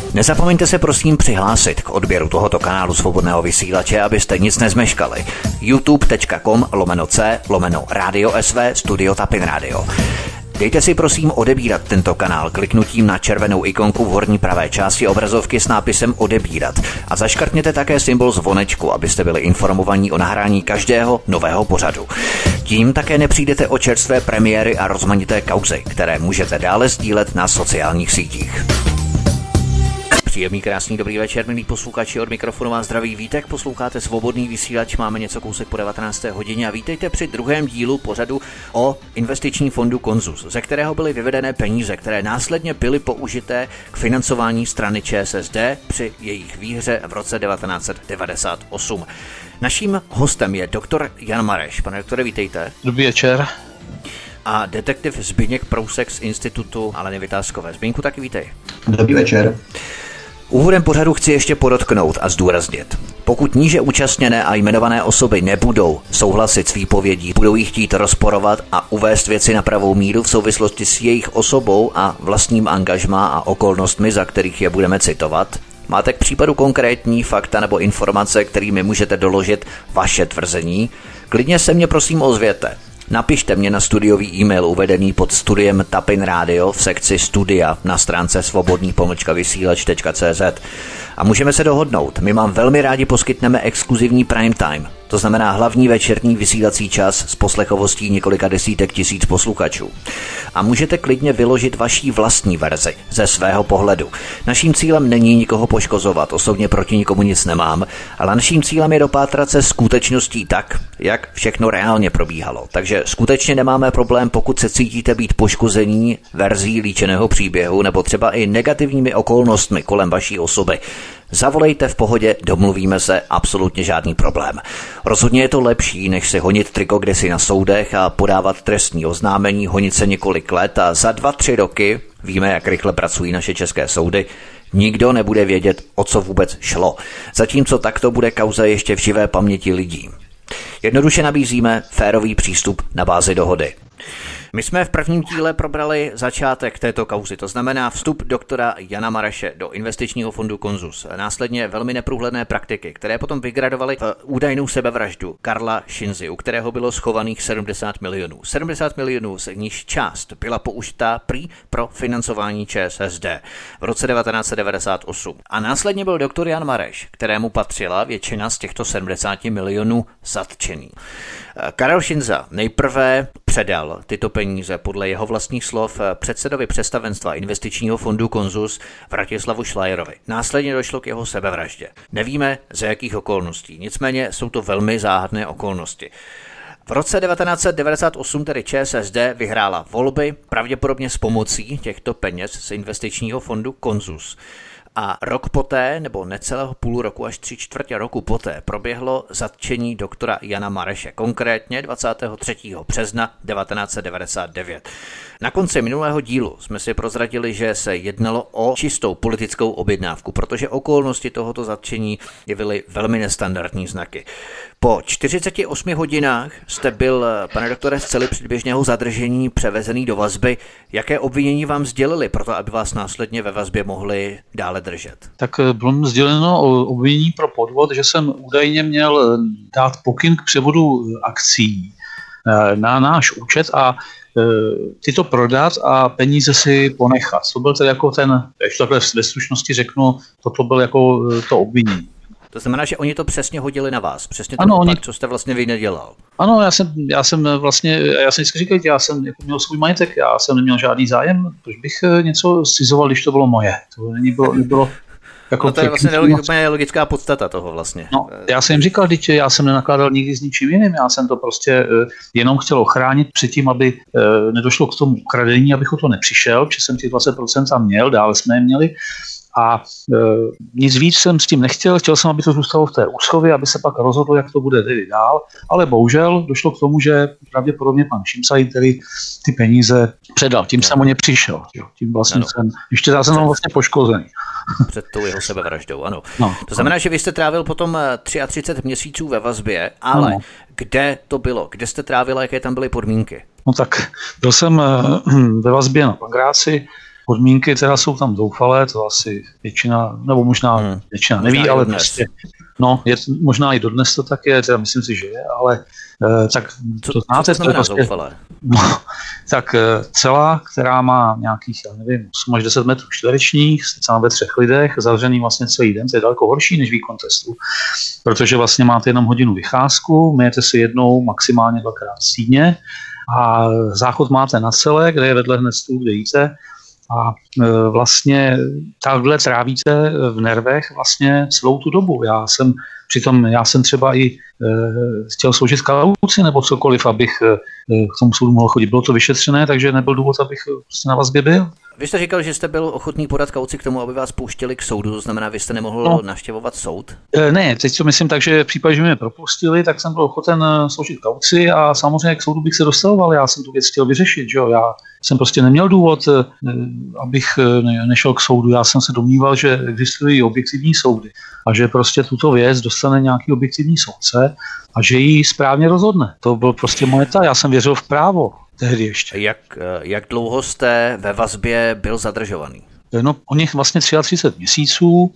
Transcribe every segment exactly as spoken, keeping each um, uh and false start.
Nezapomeňte se prosím přihlásit k odběru tohoto kanálu Svobodného vysílače, abyste nic nezmeškali. youtube.com lomeno c lomeno Radio S V Studio Tapin Radio. Dejte si prosím odebírat tento kanál kliknutím na červenou ikonku v horní pravé části obrazovky s nápisem odebírat a zaškrtněte také symbol zvonečku, abyste byli informovaní o nahrání každého nového pořadu. Tím také nepřijdete o čerstvé premiéry a rozmanité kauzy, které můžete dále sdílet na sociálních sítích. Příjemný, krásný, dobrý večer, milí posluchači, od mikrofonu vás zdraví Vítek, posloucháte Svobodný vysílač, máme něco kousek po devatenácté hodině a vítejte při druhém dílu pořadu o investičním fondu Konzus, ze kterého byly vyvedené peníze, které následně byly použité k financování strany ČSSD při jejich výhře v roce devatenáct set devadesát osm. Naším hostem je doktor Jan Mareš. Pane doktore, vítejte. Dobrý večer. A detektiv Zbyněk Prousek z institutu Aleny Vytázkové. Zbyňku, taky vítej. Dobrý večer. Úvodem pořadu chci ještě podotknout a zdůraznit. Pokud níže účastněné a jmenované osoby nebudou souhlasit s výpovědí, budou jí chtít rozporovat a uvést věci na pravou míru v souvislosti s jejich osobou a vlastním angažmá a okolnostmi, za kterých je budeme citovat, máte k případu konkrétní fakta nebo informace, kterými můžete doložit vaše tvrzení, klidně se mě prosím ozvěte. Napište mě na studiový e-mail uvedený pod studiem Tapin Radio v sekci studia na stránce svobodný pomlčka vysílač tečka cé zet a můžeme se dohodnout. My vám velmi rádi poskytneme exkluzivní prime time, to znamená hlavní večerní vysílací čas s poslechovostí několika desítek tisíc posluchačů. A můžete klidně vyložit vaší vlastní verzi ze svého pohledu. Naším cílem není nikoho poškozovat, osobně proti nikomu nic nemám, ale naším cílem je dopátrat se skutečností tak, jak všechno reálně probíhalo. Takže skutečně nemáme problém, pokud se cítíte být poškození verzí líčeného příběhu nebo třeba i negativními okolnostmi kolem vaší osoby. Zavolejte v pohodě, domluvíme se, absolutně žádný problém. Rozhodně je to lepší, než si honit triko kdesi na soudech a podávat trestní oznámení, honit se několik let a za dva, tři roky, víme, jak rychle pracují naše české soudy, nikdo nebude vědět, o co vůbec šlo. Zatímco takto bude kauza ještě v živé paměti lidí. Jednoduše nabízíme férový přístup na bázi dohody. My jsme v prvním díle probrali začátek této kauzy, to znamená vstup doktora Jana Mareše do investičního fondu Konzus. Následně velmi neprůhledné praktiky, které potom vygradovaly v údajnou sebevraždu Karla Šinzy, u kterého bylo schovaných sedmdesát milionů. sedmdesát milionů, z níž část byla použitá prý pro financování ČSSD v roce devatenáct set devadesát osm. A následně byl doktor Jan Mareš, kterému patřila většina z těchto sedmdesáti milionů zatčený. Karel Šinza nejprve předal tyto peníze podle jeho vlastních slov předsedovi představenstva investičního fondu Konzus Vratislavu Šlajerovi. Následně došlo k jeho sebevraždě. Nevíme, ze jakých okolností, nicméně jsou to velmi záhadné okolnosti. V roce devatenáct set devadesát osm tedy ČSSD vyhrála volby, pravděpodobně s pomocí těchto peněz z investičního fondu Konzus. A rok poté, nebo necelého půl roku až tři čtvrtě roku poté, proběhlo zatčení doktora Jana Mareše, konkrétně dvacátého třetího března devatenáct set devadesát devět. Na konci minulého dílu jsme si prozradili, že se jednalo o čistou politickou objednávku, protože okolnosti tohoto zatčení jevily velmi nestandardní znaky. Po čtyřiceti osmi hodinách jste byl, pane doktore, z cely předběžného zadržení převezený do vazby. Jaké obvinění vám sdělili, proto aby vás následně ve vazbě mohli dále držet? Tak bylo mi sděleno o obvinění pro podvod, že jsem údajně měl dát pokyn k převodu akcií na náš účet a tyto prodat a peníze si ponechat. To byl tedy jako ten, když takhle ve stručnosti řeknu, toto byl jako to obvinění. To znamená, že oni to přesně hodili na vás, přesně to, ano, oni... oni... co jste vlastně vy nedělal. Ano, já jsem, já jsem vlastně, já jsem vždycky říkal, já jsem jako měl svůj majetek, já jsem neměl žádný zájem, proč bych něco scizoval, když to bylo moje. To není bylo, nebylo jako... No to je vlastně nelogická, logická podstata toho vlastně. No, já jsem jim říkal, že já jsem nenakládal nikdy s ničím jiným, já jsem to prostě jenom chtěl ochránit před tím, aby nedošlo k tomu ukradení, abych o to nepřišel, že jsem těch dvacet procent tam měl, dále jsme je měli. A e, nic víc jsem s tím nechtěl, chtěl jsem, aby to zůstalo v té úschově, aby se pak rozhodlo, jak to bude tedy dál, ale bohužel došlo k tomu, že pravděpodobně pan Šimsaj tedy ty peníze předal, tím jsem o ně přišel, jo. Tím vlastně ano. jsem, ještě já jsem tam vlastně poškozený. Před tou jeho sebevraždou, ano. No, to znamená, že vy jste trávil potom třicet tři měsíců ve vazbě, ale ano. Kde to bylo? Kde jste trávil a jaké tam byly podmínky? No tak byl jsem ve vazbě na Pangráci, podmínky teda jsou tam zoufalé, to asi většina, nebo možná hmm. většina neví, ale prostě, no, je, možná i dodnes to tak je, teda myslím si, že je, ale eh, tak co, to znáte, co to je prostě, zoufalé? No, tak eh, celá, která má nějakých, já nevím, osm až deset metrů čtverečních, sice ve třech lidech, zavřený vlastně celý den, to je daleko horší než výkon testu, protože vlastně máte jenom hodinu vycházku, myjete si jednou, maximálně dvakrát týdně, a záchod máte na celé, kde je vedle hned stůl, kde jíte a e, vlastně takhle trávíte v nervech vlastně celou tu dobu. Já jsem přitom, já jsem třeba i e, chtěl sloužit kauci nebo cokoliv, abych e, k tomu soudu mohl chodit. Bylo to vyšetřené, takže nebyl důvod, abych prostě na vazbě byl. Vy jste říkal, že jste byl ochotný podat kauci k tomu, aby vás pouštěli k soudu, to znamená, vy jste nemohl no. navštěvovat soud? E, ne, teď to myslím tak, že v případě, že mě propustili, tak jsem byl ochoten sloužit kauci a samozřejmě k soudu bych se dostavoval, já jsem tu věc chtěl vyřešit, že jo, já jsem prostě neměl důvod, abych nešel k soudu, já jsem se domníval, že existují objektivní soudy a že prostě tuto věc dostane nějaký objektivní soudce a že ji správně rozhodne. To byl prostě moje ta, já jsem věřil v právo tehdy ještě. Jak, jak dlouho jste ve vazbě byl zadržovaný? No, o nich vlastně třicet tři měsíců,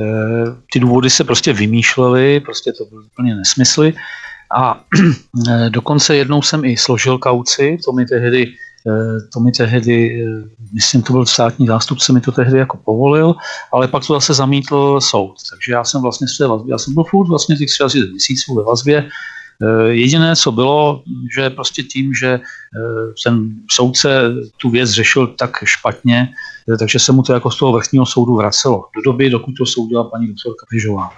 ty důvody se prostě vymýšlely, prostě to byly úplně nesmysly a dokonce jednou jsem i složil kauci, to mi tehdy To mi tehdy, myslím, to byl státní zástupce, mi to tehdy jako povolil, ale pak to zase zamítl soud. Takže já jsem vlastně z té vazby, já jsem byl furt vlastně těch třicet měsíců ve vazbě. Jediné, co bylo, že prostě tím, že ten soudce tu věc řešil tak špatně, takže se mu to jako z toho vrchního soudu vracelo. Do doby, dokud to soudila paní doktorka Pižová.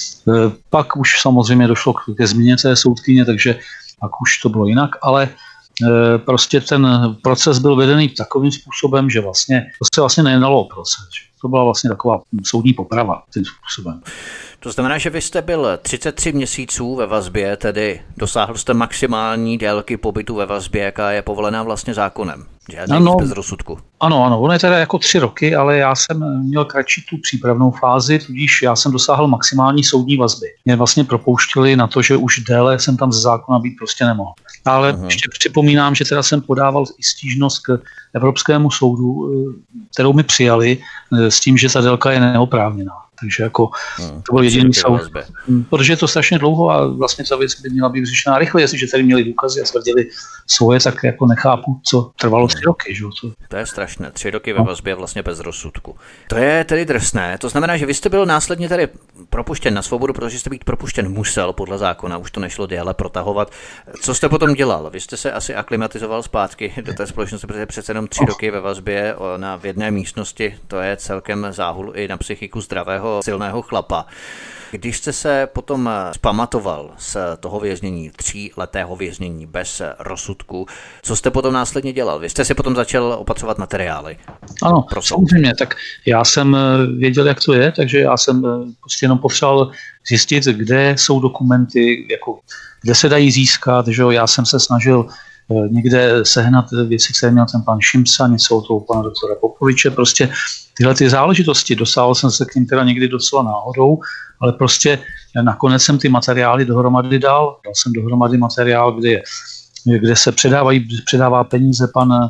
Pak už samozřejmě došlo ke změně té soudkyně, takže pak už to bylo jinak, ale prostě ten proces byl vedený takovým způsobem, že vlastně to se vlastně nejednalo o proces. To byla vlastně taková soudní poprava tím způsobem. To znamená, že vy jste byl třicet tři měsíců ve vazbě, tedy dosáhl jste maximální délky pobytu ve vazbě, jaká je povolená vlastně zákonem. Žádný ano, bez rozsudku. Ano, ano, ono je teda jako tři roky, ale já jsem měl kratší tu přípravnou fázi, tudíž já jsem dosáhl maximální soudní vazby. Mě vlastně propouštěli na to, že už déle jsem tam ze zákona být prostě nemohl. Ale uh-huh. ještě připomínám, že teda jsem podával i stížnost k Evropskému soudu, kterou mi přijali s tím, že ta délka je neoprávněná. Takže jako hmm, to byl jediný soud. Protože je to strašně dlouho a vlastně ta věc by měla být vyřešená rychle. Jestliže tady měli důkazy a tvrdili svoje, tak jako nechápu, co trvalo tři roky. Že? To... to je strašné. Tři roky ve vazbě vlastně bez rozsudku. To je tedy drsné. To znamená, že vy jste byl následně tady propuštěn na svobodu, protože jste být propuštěn musel podle zákona, už to nešlo déle protahovat. Co jste potom dělal? Vy jste se asi aklimatizoval zpátky do té společnosti, protože přece jenom tři oh. roky ve vazbě na v jedné místnosti, to je celkem záhul i na psychiku zdravého silného chlapa. Když jste se potom zpamatoval z toho věznění, tříletého věznění bez rozsudku, co jste potom následně dělal? Vy jste si potom začal opatřovat materiály. Ano, samozřejmě, tak já jsem věděl, jak to je, takže já jsem prostě jenom potřeboval zjistit, kde jsou dokumenty, jako, kde se dají získat, že jo? Já jsem se snažil někde sehnat věci, které měl ten pan Šimsa, něco od toho pana doktora Popoviče, prostě tyhle ty záležitosti, dosáhl jsem se k ním teda někdy docela náhodou, ale prostě nakonec jsem ty materiály dohromady dal, dal jsem dohromady materiál, kde, je, kde se předávají, předává peníze pan e,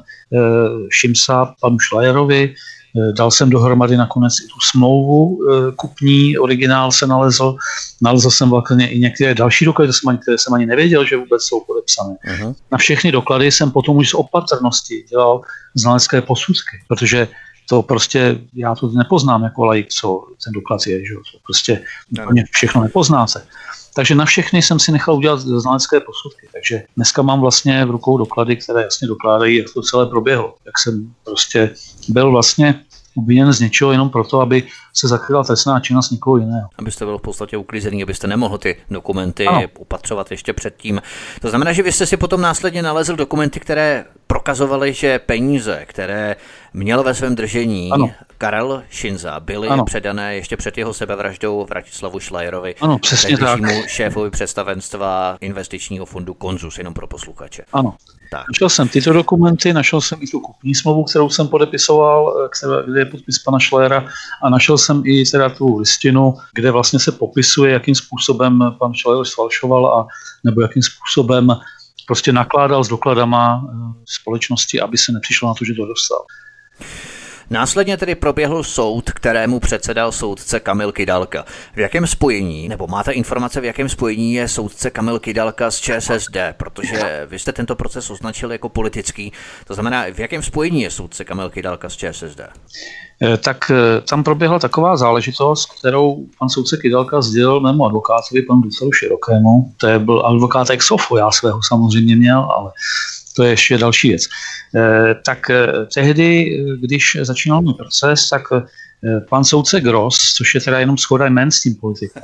Šimsa panu Šlajerovi, e, dal jsem dohromady nakonec i tu smlouvu e, kupní, originál se nalezl, nalezl jsem vlastně i některé další doklady, které jsem ani nevěděl, že vůbec jsou podepsané. Uh-huh. Na všechny doklady jsem potom už z opatrnosti dělal znalecké posudky, protože to prostě, já to nepoznám jako laik, co ten doklad je, že to prostě všechno nepoznáte. Takže na všechny jsem si nechal udělat znalecké posudky, takže dneska mám vlastně v rukou doklady, které jasně dokládají, jak to celé proběhlo. Jak jsem prostě byl vlastně obviněn z něčeho jenom proto, aby se zakryla trestná činnost někoho jiného. Abyste byl v podstatě uklizený, abyste nemohl ty dokumenty ano. opatřovat ještě předtím. To znamená, že vy jste si potom následně nalezl dokumenty, které prokazovaly, že peníze, které měl ve svém držení ano. Karel Šinza, byly ano. předané ještě před jeho sebevraždou Vratislavu Šlajerovi, ano, přesně tak. šéfovi představenstva investičního fondu Konzus, jenom pro posluchače. Ano. Tak. Našel jsem tyto dokumenty, našel jsem i tu kupní smlouvu, kterou jsem podepisoval, kde je podpis pana Šlajera, a našel jsem i teda tu listinu, kde vlastně se popisuje, jakým způsobem pan Šlajer sfalšoval a nebo jakým způsobem prostě nakládal s dokladama společnosti, aby se nepřišlo na to, že to dostal. Následně tedy proběhl soud, kterému předsedal soudce Kamil Kydalka. V jakém spojení, nebo máte informace, v jakém spojení je soudce Kamil Kydalka s ČSSD, protože vy jste tento proces označil jako politický, to znamená, v jakém spojení je soudce Kamil Kydalka s ČSSD? Tak tam proběhla taková záležitost, kterou pan soudce Kydalka sdělil mému advokátovi, panu doktoru Širokému. To je byl advokát ex ofo, já svého samozřejmě měl, ale to je ještě další věc. Tak tehdy, když začínal můj proces, tak pan soudce Gross, což je teda jenom shoda jmen s tím politikem,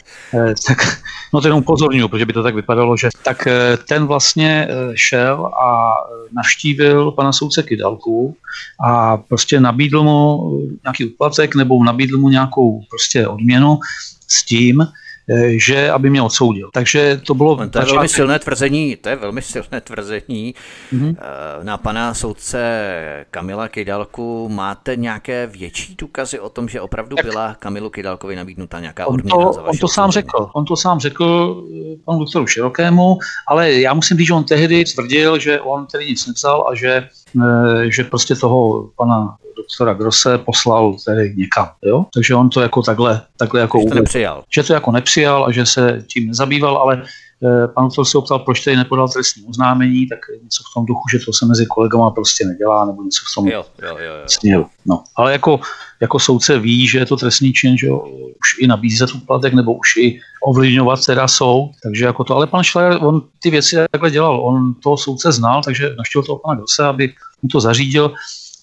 tak, no to jenom upozorňuji, protože by to tak vypadalo, že tak ten vlastně šel a navštívil pana soudce Kydalku a prostě nabídl mu nějaký úplatek nebo nabídl mu nějakou prostě odměnu s tím, že aby mě odsoudil. Takže to bylo... To je velmi silné tvrzení, to je velmi silné tvrzení mm-hmm. na pana soudce Kamila Kydalku. Máte nějaké větší důkazy o tom, že opravdu tak byla Kamilu Kydalkovi nabídnuta nějaká odměna on to, za vaše on to sám řekl. On to sám řekl panu doktoru Širokému, ale já musím říct, že on tehdy tvrdil, že on tedy nic nepsal a že, že prostě toho pana doktora Grosse poslal tedy někam, jo? Takže on to jako takhle, takhle jako že to nepřijal. Že to jako nepřijal a že se tím nezabýval, ale e, pan doktor se optal, proč tady nepodal trestní oznámení, tak něco v tom duchu, že to se mezi kolegama prostě nedělá, nebo něco v tom jo, jo, jo, jo. směru. No. Ale jako, jako soudce ví, že je to trestný čin, že jo, už i nabízet úplatek, nebo už i ovlivňovat teda soud, takže jako to, ale pan Schleier, on ty věci takhle dělal, on toho soudce znal, takže navštívil toho pana Grosse, aby mu to zařídil.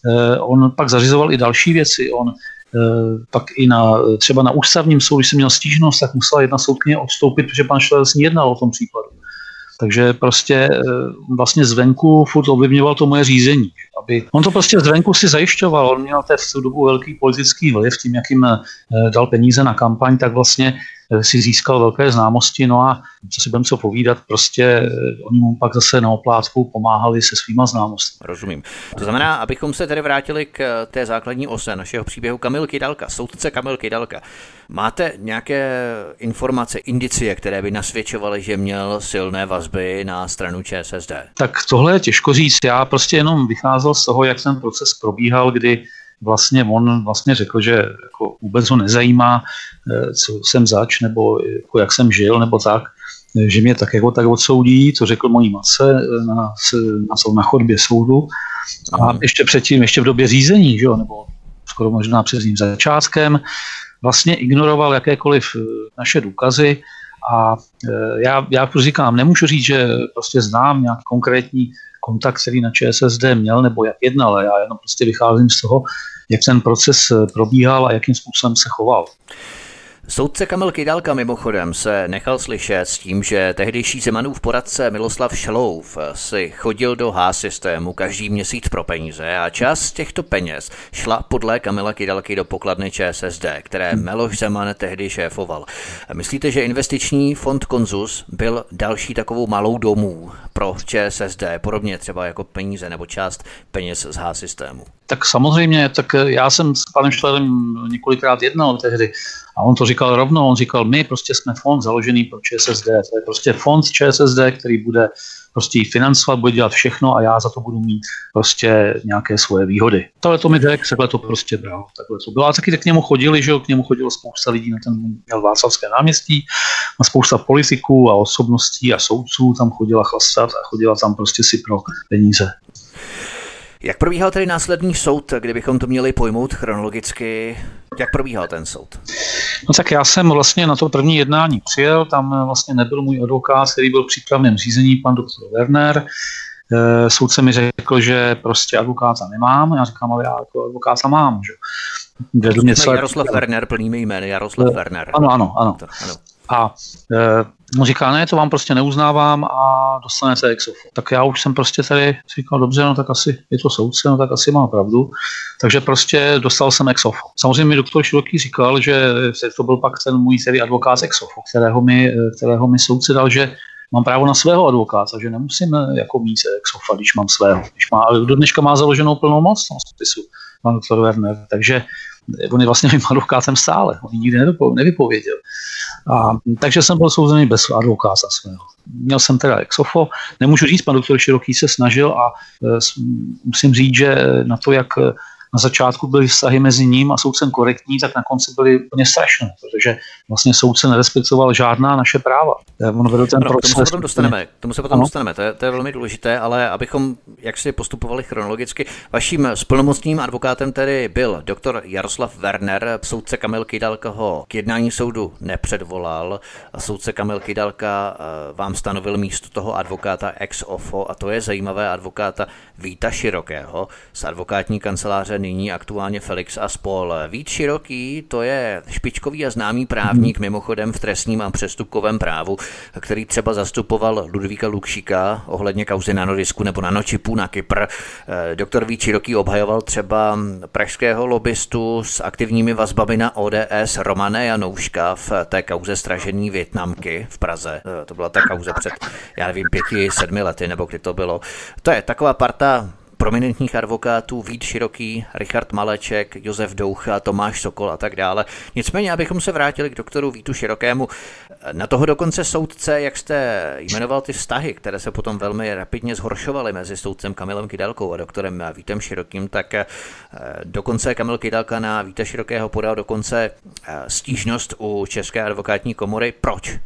On pak zařizoval i další věci. On pak i na, třeba na ústavním soudu, když jsem měl stížnost, tak musela jedna soudkyně odstoupit, protože pan Schleier s ní jednal o tom případu. Takže prostě vlastně zvenku furt ovlivňoval to moje řízení. Aby on to prostě zvenku si zajišťoval. On měl v tu dobu velký politický vliv tím, jakým dal peníze na kampaň, tak vlastně si získal velké známosti, no a co si budeme co povídat, prostě oni mu pak zase na oplátku pomáhali se svýma známostmi. Rozumím. To znamená, abychom se tedy vrátili k té základní ose našeho příběhu Kamil Kydalka, soudce Kamil Kydalka. Máte nějaké informace, indicie, které by nasvědčovaly, že měl silné vazby na stranu ČSSD? Tak tohle je těžko říct. Já prostě jenom vycházel z toho, jak ten proces probíhal, kdy vlastně on vlastně řekl, že jako vůbec ho nezajímá, co jsem zač, nebo jako jak jsem žil, nebo tak, že mě tak jako tak odsoudí, co řekl mojí matce na, na, na chodbě soudu. A ještě předtím, ještě v době řízení, že jo, nebo skoro možná před tím začátkem, vlastně ignoroval jakékoliv naše důkazy. A já, já říkám, nemůžu říct, že prostě znám nějaký konkrétní kontakt, který na ČSSD měl, nebo jak jednal, ale já jenom prostě vycházím z toho, jak ten proces probíhal a jakým způsobem se choval. Soudce Kamil Kydalka mimochodem se nechal slyšet s tím, že tehdejší Zemanův poradce Miloslav Šalouf si chodil do H-systému každý měsíc pro peníze a část těchto peněz šla podle Kamila Kydalky do pokladny ČSSD, které Miloš Zeman tehdy šéfoval. Myslíte, že investiční fond Konzus byl další takovou malou domů pro ČSSD, podobně třeba jako peníze nebo část peněz z H-systému? Tak samozřejmě, tak já jsem s panem Schleierem několikrát jednal tehdy a on to říkal rovnou, on říkal, my prostě jsme fond založený pro ČSSD, to je prostě fond ČSSD, který bude prostě financovat, bude dělat všechno a já za to budu mít prostě nějaké svoje výhody. Tohle to mi řekl, takhle to prostě bral, takhle to bylo. A taky k němu chodili, že k němu chodilo spousta lidí, na ten měl Václavské náměstí, a spousta politiků a osobností a soudců tam chodila chlastat a chodila tam prostě si pro peníze. Jak probíhal tedy následný soud, kdybychom to měli pojmout chronologicky? Jak probíhal ten soud? No tak já jsem vlastně na to první jednání přijel, tam vlastně nebyl můj advokát, který byl v přípravném řízení, pan doktor Werner. Soudce mi řekl, že prostě advokáta nemám, já říkám, ale já jako advokáta mám. Že? Něco... Jaroslav Werner, plnými jmény, Jaroslav Werner. Ano, ano, ano. ano. A e, on říká, ne, to vám prostě neuznávám a dostanete ex ofo. Tak já už jsem prostě tady říkal, dobře, no tak asi je to soudce, no tak asi má pravdu. Takže prostě dostal jsem ex ofo. Samozřejmě mi doktor Široký říkal, že to byl pak ten můj tedy advokát ex ofo, kterého mi, kterého mi soudce dal, že mám právo na svého advokáta, že nemusím jako mít ex ofo, když mám svého. Když má, ale do dneška má založenou plnou moc na spisu pan doktor Werner, takže on je vlastně mým advokátem stále, on nikdy nevypověděl. A, takže jsem byl souzený bez advokáta svého. Měl jsem teda ex ofo, nemůžu říct, pan doktor Široký se snažil a e, musím říct, že na to, jak na začátku byly vztahy mezi ním a soudcem korektní, tak na konci byly úplně strašné, protože vlastně soudce nerespektoval žádná naše práva. On vedl ten ano, proces. Tomu se potom dostaneme, tomu se potom ano. dostaneme. To je, to je velmi důležité, ale abychom jak si postupovali chronologicky. Vaším splnomocným advokátem tedy byl doktor Jaroslav Werner, soudce Kamil Kydalka ho k jednání soudu nepředvolal. Soudce Kamil Kydalka vám stanovil místo toho advokáta ex ofo, a to je zajímavé, advokáta Víta Širokého z advokátní kanceláře nyní aktuálně Felix a spol. Vít Široký, to je špičkový a známý právník, mimochodem v trestním a přestupkovém právu, který třeba zastupoval Ludvíka Lukšíka ohledně kauzy Nanodisku nebo nanočipů na Kypr. Doktor Vít Široký obhajoval třeba pražského lobbystu s aktivními vazbami na O D S Romana Janouška v té kauze stražení Vietnamky v Praze. To byla ta kauze před, já nevím, pěti, sedmi lety, nebo kdy to bylo. To je taková parta prominentních advokátů, Vít Široký, Richard Maleček, Josef Doucha, Tomáš Sokol a tak dále. Nicméně, abychom se vrátili k doktoru Vítu Širokému, na toho dokonce soudce, jak jste jmenoval ty vztahy, které se potom velmi rapidně zhoršovaly mezi soudcem Kamilem Kydalkou a doktorem Vítem Širokým, tak dokonce Kamil Kydalka na Víta Širokého podal dokonce stížnost u České advokátní komory. Proč?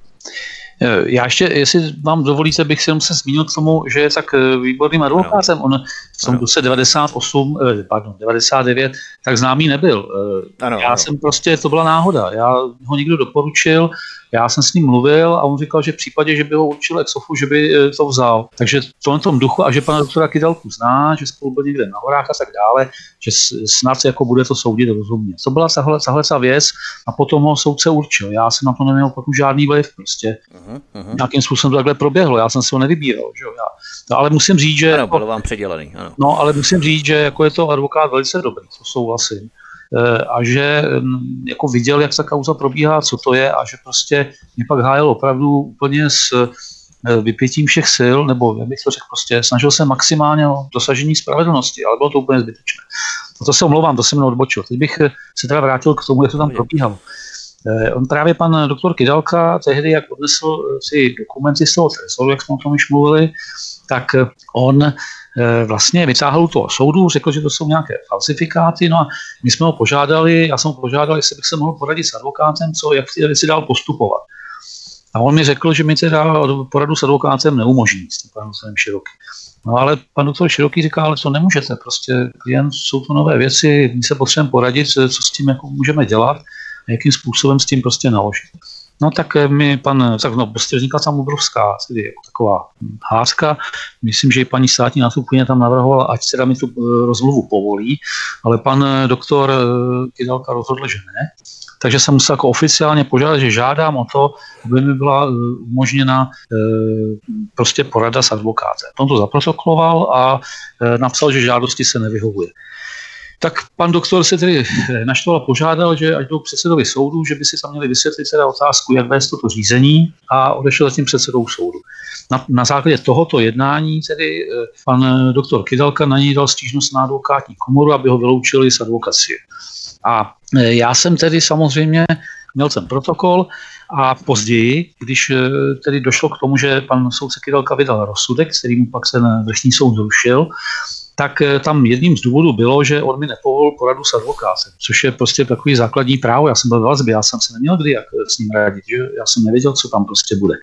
Já ještě, jestli vám dovolíte, bych si jenom se zmínil k tomu, že je tak výborným advokátem. On v tom roce devadesát osm, pardon, devadesát devět tak známý nebyl. Ano, já ano. jsem prostě, to byla náhoda. Já ho někdo doporučil, já jsem s ním mluvil a on říkal, že v případě, že by ho určil ex ofo, že by to vzal. Takže v tom, tom duchu a že pana doktora Kydalku zná, že spolu byl někde na horách a tak dále, že snad jako bude to soudit rozumně. To byla tahle, tahle ta věc a potom ho soudce určil. Já jsem na to neměl potom žádný vliv prostě. Uh-huh, uh-huh. Nějakým způsobem to takhle proběhlo, já jsem si ho nevybíral. Že jo? Já, no, ale musím říct, že... Ano, bylo vám předělaný. Ano. No, ale musím říct, že jako je to advokát velice dobrý, to souhlasím. A že jako viděl, jak ta kauza probíhá, co to je a že prostě mě pak hájel opravdu úplně s vypětím všech sil, nebo jak bych to řekl, prostě snažil se maximálně o dosažení spravedlnosti, ale bylo to úplně zbytečné. No to se omlouvám, to jsem mnou odbočil. Teď bych se teda vrátil k tomu, jak to tam probíhalo. On právě pan doktor Kydalka tehdy, jak odnesl si dokumenty z toho trezoru, jak jsme o tom již mluvili, tak on vlastně vytáhl toho soudu, řekl, že to jsou nějaké falsifikáty, no a my jsme ho požádali, já jsem ho požádal, jestli bych se mohl poradit s advokátem, co, jak ty věci dál postupovat. A on mi řekl, že mi teda poradu s advokátem neumožní, s tím panem Širokým. No ale pan doktor Široký říká, ale to nemůžete, prostě jen jsou to nové věci, my se potřebujeme poradit, co s tím jako můžeme dělat a jakým způsobem s tím prostě naložit. No tak mi pan, tak no, prostě vznikla tam obrovská, tedy jako taková hádka. Myslím, že i paní státní nástupkyně tam navrhovala, ať se mi tu rozmluvu povolí, ale pan doktor Kydalka rozhodl, že ne. Takže jsem musel jako oficiálně požádat, že žádám o to, aby mi byla umožněna prostě porada s advokátem. On to zaprotokoloval a napsal, že žádosti se nevyhovuje. Tak pan doktor se tedy naštval a požádal, že ať jdou předsedovi soudu, že by si tam měli vysvětlit teda otázku, jak vést toto řízení, a odešel za tím předsedou soudu. Na, na základě tohoto jednání tedy pan doktor Kydalka na něj dal stížnost na advokátní komoru, aby ho vyloučili z advokacie. A já jsem tedy samozřejmě měl ten protokol a později, když tedy došlo k tomu, že pan soudce Kydalka vydal rozsudek, který mu pak ten vrchní soud zrušil, tak tam jedním z důvodů bylo, že on mi nepovolil poradu s advokátem, což je prostě takový základní právo. Já jsem byl v vazbě, já jsem se neměl kdy jak s ním radit, že? Já jsem nevěděl, co tam prostě bude.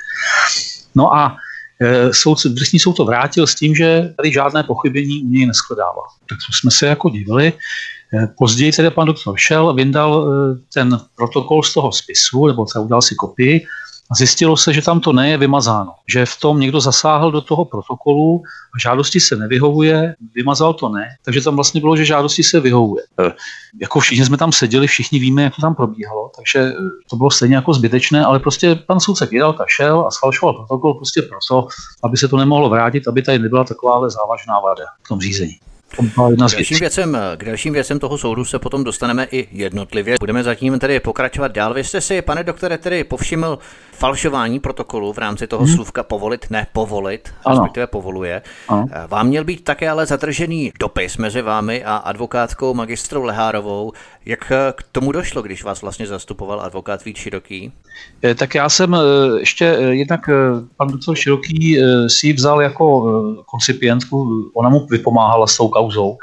No a soud, vrchní soud to vrátil s tím, že tady žádné pochybení u něj neshledával. Tak jsme se jako divili. Později tedy pan doktor šel, vyndal ten protokol z toho spisu, nebo udělal si kopii, a zjistilo se, že tam to ne je vymazáno. Že v tom někdo zasáhl do toho protokolu a žádosti se nevyhovuje, vymazal to ne, takže tam vlastně bylo, že žádosti se vyhovuje. E, jako všichni jsme tam seděli, všichni víme, jak to tam probíhalo, takže to bylo stejně jako zbytečné, ale prostě pan soudce Kydalka šel a sfalšoval protokol prostě proto, aby se to nemohlo vrátit, aby tady nebyla taková závažná vada v tom řízení. K dalším, věcem, k dalším věcem toho soudu se potom dostaneme i jednotlivě. Budeme zatím tedy pokračovat dál. Vy jste si, pane doktore, tedy povšiml falšování protokolu v rámci toho hmm. slůvka povolit, nepovolit, respektive povoluje. Ano. Vám měl být také ale zadržený dopis mezi vámi a advokátkou magistrou Lehárovou. Jak k tomu došlo, když vás vlastně zastupoval advokát Vít Široký? Tak já jsem ještě jednak pan doktor Široký si ji vzal jako koncipientku, ona mu vypomáhala s tou kauzou.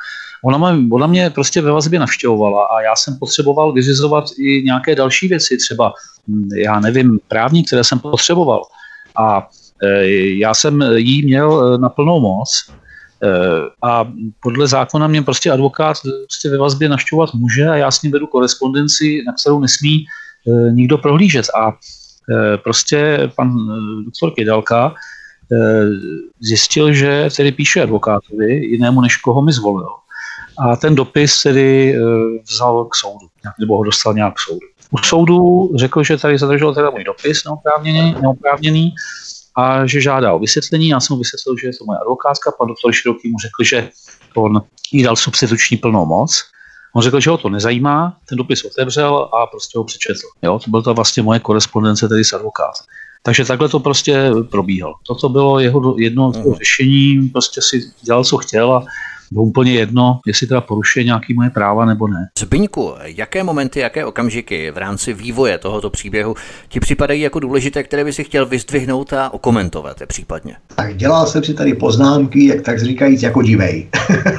Ona, mě, ona mě prostě ve vazbě navštěvovala a já jsem potřeboval vyřizovat i nějaké další věci, třeba, já nevím, právní, které jsem potřeboval. A e, já jsem jí měl na plnou moc e, a podle zákona mě prostě advokát prostě ve vazbě navštěvovat může a já s ním vedu korespondenci, na kterou nesmí e, nikdo prohlížet. A e, prostě pan doktor Kidalka e, zjistil, že tedy píše advokátovi, jinému než koho mi zvolil. A ten dopis tedy e, vzal k soudu, nebo ho dostal nějak k soudu. U soudu řekl, že tady zadržel teda můj dopis neoprávněný, neoprávněný a že žádá o vysvětlení. Já jsem mu vysvětlil, že je to moje advokátka. Pan doktor Široký mu řekl, že on jí dal substituční plnou moc. On řekl, že ho to nezajímá, ten dopis otevřel a prostě ho přečetl. Jo, to byla to vlastně moje korespondence tedy s advokátem. Takže takhle to prostě probíhalo. Toto bylo jeho jedno řešení, prostě si dělal, co chtěl a bylo úplně jedno, jestli teda porušuje nějaké moje práva nebo ne. Zbyňku, jaké momenty, jaké okamžiky v rámci vývoje tohoto příběhu ti připadají jako důležité, které by si chtěl vyzdvihnout a okomentovat případně? Tak dělal jsem si tady poznámky, jak tak říkajíc, jako divej.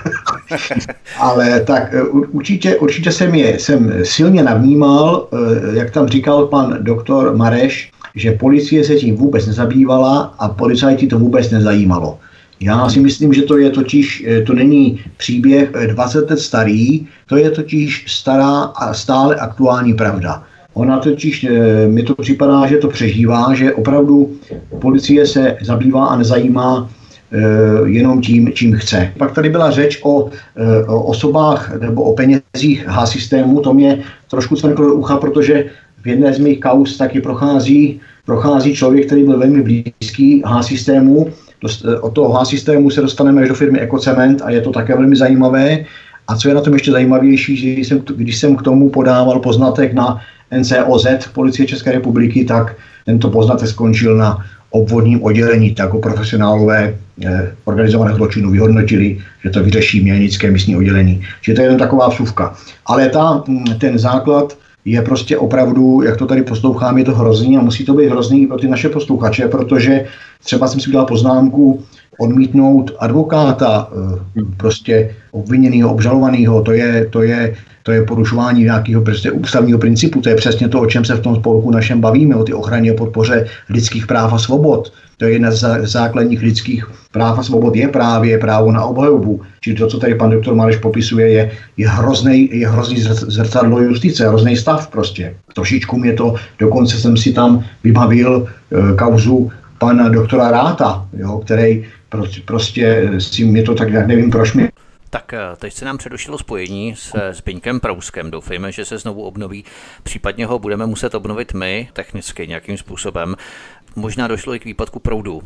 Ale tak určitě, určitě jsem je jsem silně navnímal, jak tam říkal pan doktor Mareš, že policie se tím vůbec nezabývala a policajti to vůbec nezajímalo. Já si myslím, že to je totiž, to není příběh dvacet let starý, to je totiž stará a stále aktuální pravda. Ona totiž, mi to připadá, že to přežívá, že opravdu policie se zabývá a nezajímá jenom tím, čím chce. Pak tady byla řeč o, o osobách nebo o penězích H-systému, to mě trošku cvrklo do ucha, protože v jedné z mých kauz taky prochází, prochází člověk, který byl velmi blízký H-systému. Od toho H-systému se dostaneme až do firmy Ekocement a je to také velmi zajímavé. A co je na tom ještě zajímavější, že když jsem, když jsem k tomu podával poznatek na N C O Z Policie České republiky, tak tento poznatek skončil na obvodním oddělení, tak jako profesionálové eh, organizovaného zločinu vyhodnotili, že to vyřeší mělnické místní oddělení. Čili to je jen taková vsuvka. Ale ta, ten základ je prostě opravdu, jak to tady poslouchám, je to hrozný a musí to být hrozný pro ty naše posluchače, protože třeba jsem si udělal poznámku odmítnout advokáta, prostě obviněného, obžalovaného, to je, to je, to je porušování nějakého prostě ústavního principu, to je přesně to, o čem se v tom spolku našem bavíme, o ty ochraně a podpoře lidských práv a svobod. To je jedna z základních lidských práv a svobod je právě právo na obhajobu. Čili to, co tady pan doktor Mareš popisuje, je, je hrozný je hrozný zrcadlo justice, hrozný stav prostě. Trošičku mě to, dokonce jsem si tam vybavil e, kauzu pana doktora Ráta, jo, který prostě, prostě si mě to tak nevím, proč mi. Tak teď se nám přerušilo spojení se Zbyňkem Prouskem. Doufejme, že se znovu obnoví. Případně ho budeme muset obnovit my technicky nějakým způsobem. Možná došlo i k výpadku proudu.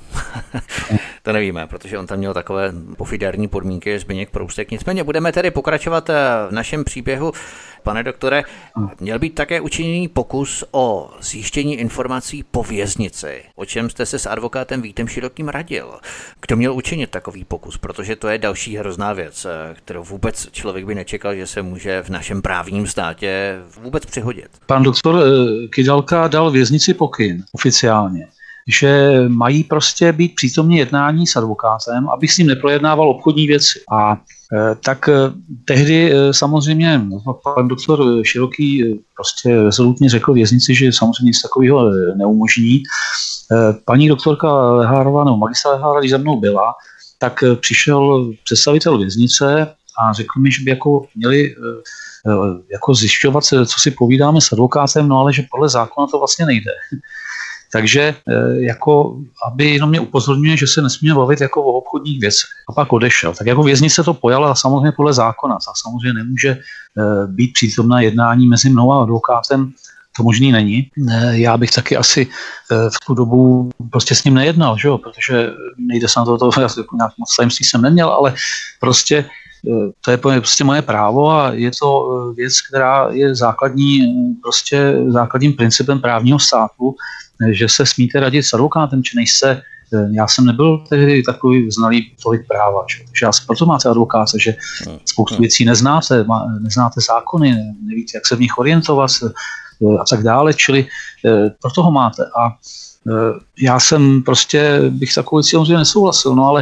To nevíme, protože on tam měl takové pofidérní podmínky, Zbyněk Proustek. Nicméně budeme tedy pokračovat v našem příběhu. Pane doktore, měl být také učiněný pokus o zjištění informací po věznici, o čem jste se s advokátem Vítem Širokým radil. Kdo měl učinit takový pokus? Protože to je další hrozná věc, kterou vůbec člověk by nečekal, že se může v našem právním státě vůbec přihodit. Pan doktor Kidalka dal věznici pokyn oficiálně, že mají prostě být přítomní jednání s advokátem, aby s ním neprojednával obchodní věci. A e, tak e, tehdy e, samozřejmě pan doktor Široký e, prostě rezolutně řekl věznici, že samozřejmě nic takového neumožní. E, paní doktorka Lehárová nebo magistra Lehára, když za mnou byla, tak e, přišel představitel věznice a řekl mi, že by jako měli e, jako zjišťovat, co si povídáme s advokátem, no ale že podle zákona to vlastně nejde. Takže jako, aby jenom mě upozorňuje, že se nesmíme bavit jako o obchodních věcech. A pak odešel. Tak jako věznice to pojala samozřejmě podle zákona. Tak samozřejmě nemůže být přítomná jednání mezi mnou a advokátem. To možný není. Já bych taky asi v tu dobu prostě s ním nejednal, že jo? Protože nejde se na to, to nějak moc tajemství jsem neměl, ale prostě to je prostě moje právo a je to věc, která je základní, prostě základním principem právního státu, že se smíte radit s advokátem, či nejste, já jsem nebyl tehdy takový znalý tolik práva, že, že já proto máte advokáta, že spoustu věcí neznáte, neznáte zákony, nevíte, jak se v nich orientovat a tak dále, čili proto ho máte a já jsem prostě, bych takovou věcí samozřejmě nesouhlasil, no ale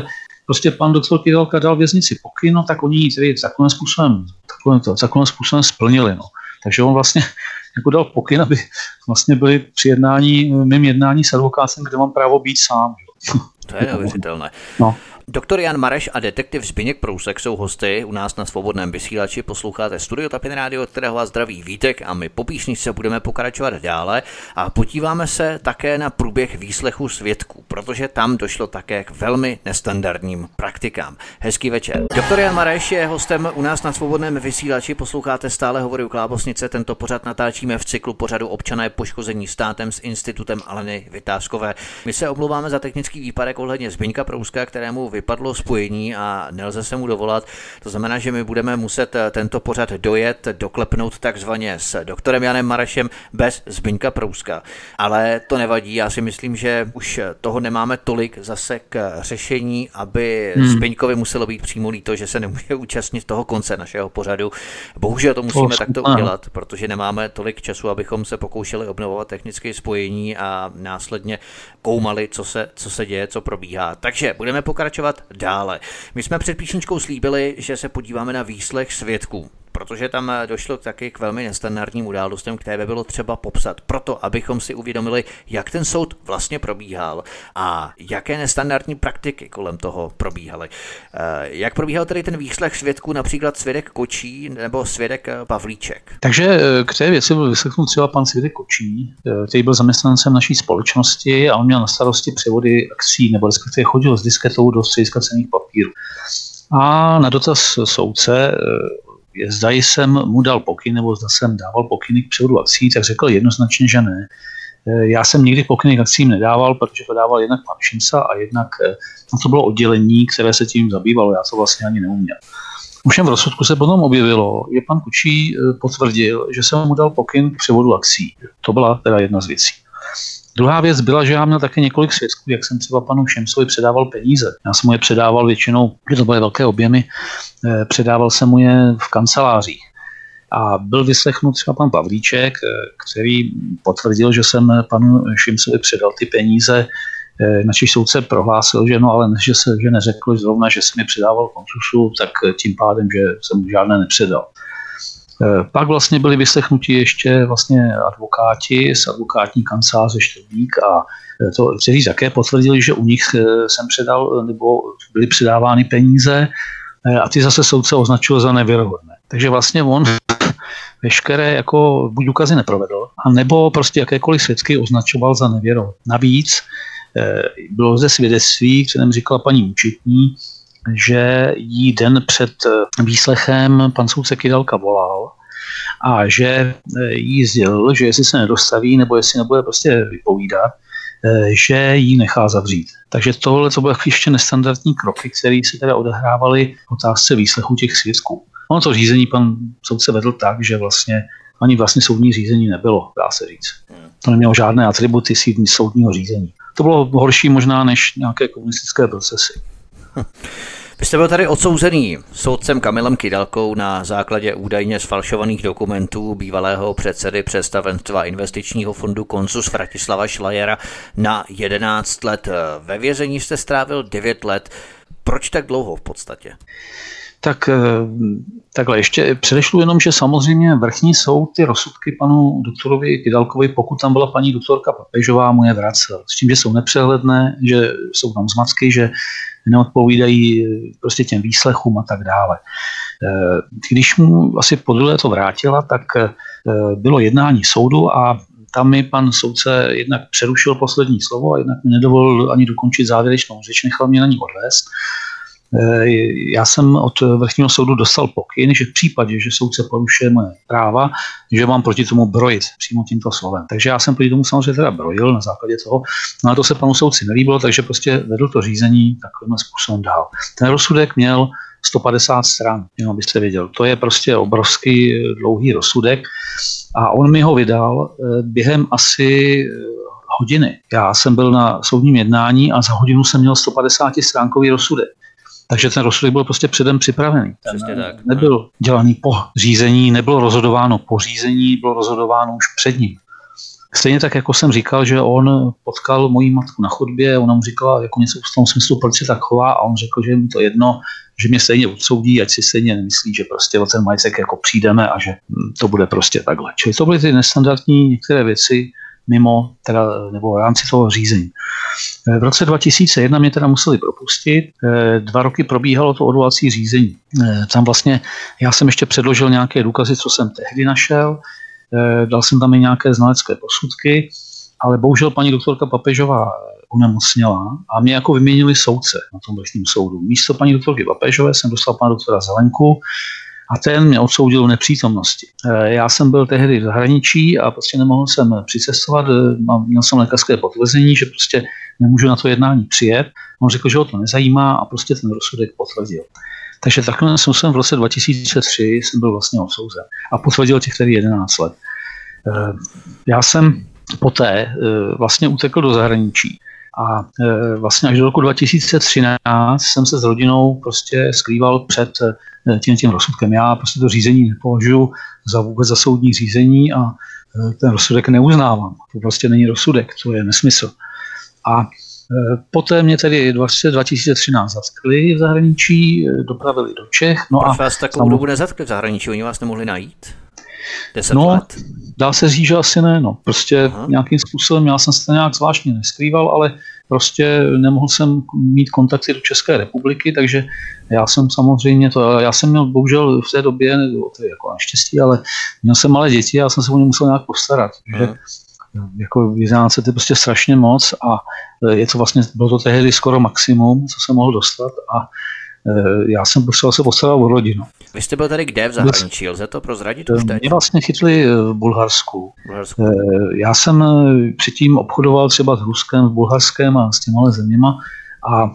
prostě pan doktor Kydalka dal věznici pokyn, no tak oni ji tedy takovým způsobem, takovým, to, takovým způsobem splnili. No. Takže on vlastně jako dal pokyn, aby vlastně byli při jednání, mým jednání s advokátem, kde mám právo být sám. To je neuvěřitelné. No. Doktor Jan Mareš a detektiv Zbyněk Prousek jsou hosty u nás na Svobodném vysílači. Posloucháte Studio Tapin Radio, od kterého vás zdraví Vítek, a my po písničce budeme pokračovat dále a podíváme se také na průběh výslechu svědků, protože tam došlo také k velmi nestandardním praktikám. Hezký večer. Doktor Jan Mareš je hostem u nás na Svobodném vysílači. Posloucháte stále Hovory u Klábosnice. Tento pořad natáčíme v cyklu pořadu Občané poškození státem s institutem Aleny Vytázkové. My se omlouváme za technický výpadek ohledně Zbyňka Prouska, kterému vypadlo spojení a nelze se mu dovolat. To znamená, že my budeme muset tento pořad dojet, doklepnout takzvaně s doktorem Janem Marešem bez Zbyňka Prouska. Ale to nevadí, já si myslím, že už toho nemáme tolik zase k řešení, aby hmm. Zbyňkovi muselo být přímo líto, že se nemůže účastnit toho konce našeho pořadu. Bohužel to musíme to takto udělat, protože nemáme tolik času, abychom se pokoušeli obnovovat technické spojení a následně koumali, co se, co se děje, co probíhá. Takže budeme pokračovat dále. My jsme před písničkou slíbili, že se podíváme na výslech svědků, protože tam došlo taky k velmi nestandardním událostem, které by bylo třeba popsat, proto abychom si uvědomili, jak ten soud vlastně probíhal a jaké nestandardní praktiky kolem toho probíhaly. Jak probíhal tedy ten výslech svědků, například svědek Kočí nebo svědek Pavlíček? Takže k té věci byl vyslechnut třeba pan svědek Kočí, který byl zaměstnancem naší společnosti a on měl na starosti převody akcí, nebo respektive chodil s disketou do střediska cenných papírů. A na dotaz soudce, zda jsem mu dal pokyn, nebo zda jsem dával pokyny k převodu akcí, tak řekl jednoznačně, že ne. Já jsem nikdy pokyny k akcím nedával, protože to dával jednak pan Šimsa a jednak no to bylo oddělení, které se tím zabývalo. Já to vlastně ani neuměl. Ovšem v rozsudku se potom objevilo, že pan Kučí potvrdil, že jsem mu dal pokyn k převodu akcí. To byla teda jedna z věcí. Druhá věc byla, že já měl také několik svědků, jak jsem třeba panu Šemsovi předával peníze. Já jsem mu je předával většinou, že to byly velké objemy, předával jsem mu je v kancelářích. A byl vyslechnut třeba pan Pavlíček, který potvrdil, že jsem panu Šimsovi předal ty peníze, načež soudce prohlásil, že no, ale že, se, že neřekl zrovna, že jsem mi předával koncusu, tak tím pádem, že jsem mu žádné nepředal. Pak vlastně byli vyslechnuti ještě vlastně advokáti z advokátní kanceláře Štrbík a to, kteří také potvrdili, že u nich jsem předal, nebo byly předávány peníze a ty zase soudce označil za nevěrohodné. Takže vlastně on veškeré jako buď důkazy neprovedl, a nebo prostě jakékoliv svědky označoval za nevěrohodné. Navíc bylo zde svědectví, kterém říkala paní účetní, že jí den před výslechem pan soudce Kydalka volal a že jí sdělil, že jestli se nedostaví nebo jestli nebude prostě vypovídat, že jí nechá zavřít. Takže tohle to byly ještě nestandardní kroky, které se teda odehrávaly v otázce výslechu těch svědků. Ono to řízení pan soudce vedl tak, že vlastně ani vlastně soudní řízení nebylo, dá se říct. To nemělo žádné atributy soudního řízení. To bylo horší možná než nějaké komunistické procesy. Vy jste byl tady odsouzený soudcem Kamilem Kydalkou na základě údajně sfalšovaných dokumentů bývalého předsedy představenstva investičního fondu Konsus Vratislava Šlajera na jedenáct let. Ve vězení jste strávil devět let. Proč tak dlouho v podstatě? Tak takhle, ještě předešlu jenom, že samozřejmě vrchní soud ty rozsudky panu doktorovi Kydalkovi, pokud tam byla paní doktorka Papežová, mu je vracel. S tím, že jsou nepřehledné, že jsou tam zmacky, že neodpovídají prostě těm výslechům a tak dále. Když mu asi podruhé to vrátila, tak bylo jednání soudu a tam mi pan soudce jednak přerušil poslední slovo a jednak mi nedovolil ani dokončit závěrečnou řeč, nechal mě na ní odvést. Já jsem od vrchního soudu dostal pokyn, že v případě, že soudce porušuje moje práva, že mám proti tomu brojit přímo tímto slovem. Takže já jsem proti tomu samozřejmě teda brojil na základě toho, no a to se panu soudci nelíbilo, takže prostě vedl to řízení takovým způsobem dál. Ten rozsudek měl sto padesát stran, jenom abyste věděl. To je prostě obrovský dlouhý rozsudek a on mi ho vydal během asi hodiny. Já jsem byl na soudním jednání a za hodinu jsem měl sto padesát stránkový rozsudek. Takže ten rozsudek byl prostě předem připravený. Ten tak, nebyl dělaný po řízení, nebylo rozhodováno po řízení, bylo rozhodováno už před ním. Stejně tak, jako jsem říkal, že on potkal moji matku na chodbě, ona mu říkala jako něco v tom smyslu, proč se tak chová, a on řekl, že je mu to jedno, že mě stejně odsoudí, ať si stejně nemyslí, že prostě o ten majetek jako přijdeme a že to bude prostě takhle. Čili to byly ty nestandardní některé věci mimo, teda, nebo v rámci toho řízení. V roce dva tisíce jedna mě teda museli propustit, dva roky probíhalo to odvolací řízení. Tam vlastně já jsem ještě předložil nějaké důkazy, co jsem tehdy našel, dal jsem tam i nějaké znalecké posudky, ale bohužel paní doktorka Papežová onemocněla a mě jako vyměnili soudce na tom vrchním soudu. Místo paní doktorky Papežové jsem dostal pana doktora Zelenku a ten mě odsoudil v nepřítomnosti. Já jsem byl tehdy v zahraničí a prostě nemohl jsem přicestovat, měl jsem lékařské potvrzení, že prostě nemůžu na to jednání přijet. On řekl, že ho to nezajímá a prostě ten rozsudek potvrdil. Takže takhle jsem v roce dva tisíce tři jsem byl vlastně odsouzen a potvrdil těch tedy jedenáct let. Já jsem poté vlastně utekl do zahraničí a vlastně až do roku dva tisíce třináct jsem se s rodinou prostě skrýval před tím tím rozsudkem. Já prostě to řízení nepovažuji za vůbec za soudní řízení a ten rozsudek neuznávám. To prostě není rozsudek, to je nesmysl. A poté mě tedy dva tisíce třináct zatkli v zahraničí, dopravili do Čech. No Proč a vás takovou dobu nezatkli v zahraničí? Oni vás nemohli najít? Deset no, let? Dá se říct, že asi ne. No. Prostě Aha. nějakým způsobem, já jsem se to nějak zvláštně neskrýval, ale prostě nemohl jsem mít kontakty do České republiky, takže já jsem samozřejmě to, já jsem měl bohužel v té době, to je jako naštěstí, ale měl jsem malé děti a já jsem se o ně musel nějak postarat. Takže jako vyznát se to prostě strašně moc a je to vlastně, bylo to tehdy skoro maximum, co jsem mohl dostat a já jsem potřeboval se postarat o rodinu. Vy jste byl tady kde v zahraničí? Lze to prozradit už teď? Mě vlastně chytli v Bulharsku. Bulharsku. Já jsem předtím obchodoval třeba s Ruskem, s Bulharskem a s těmahle zeměma a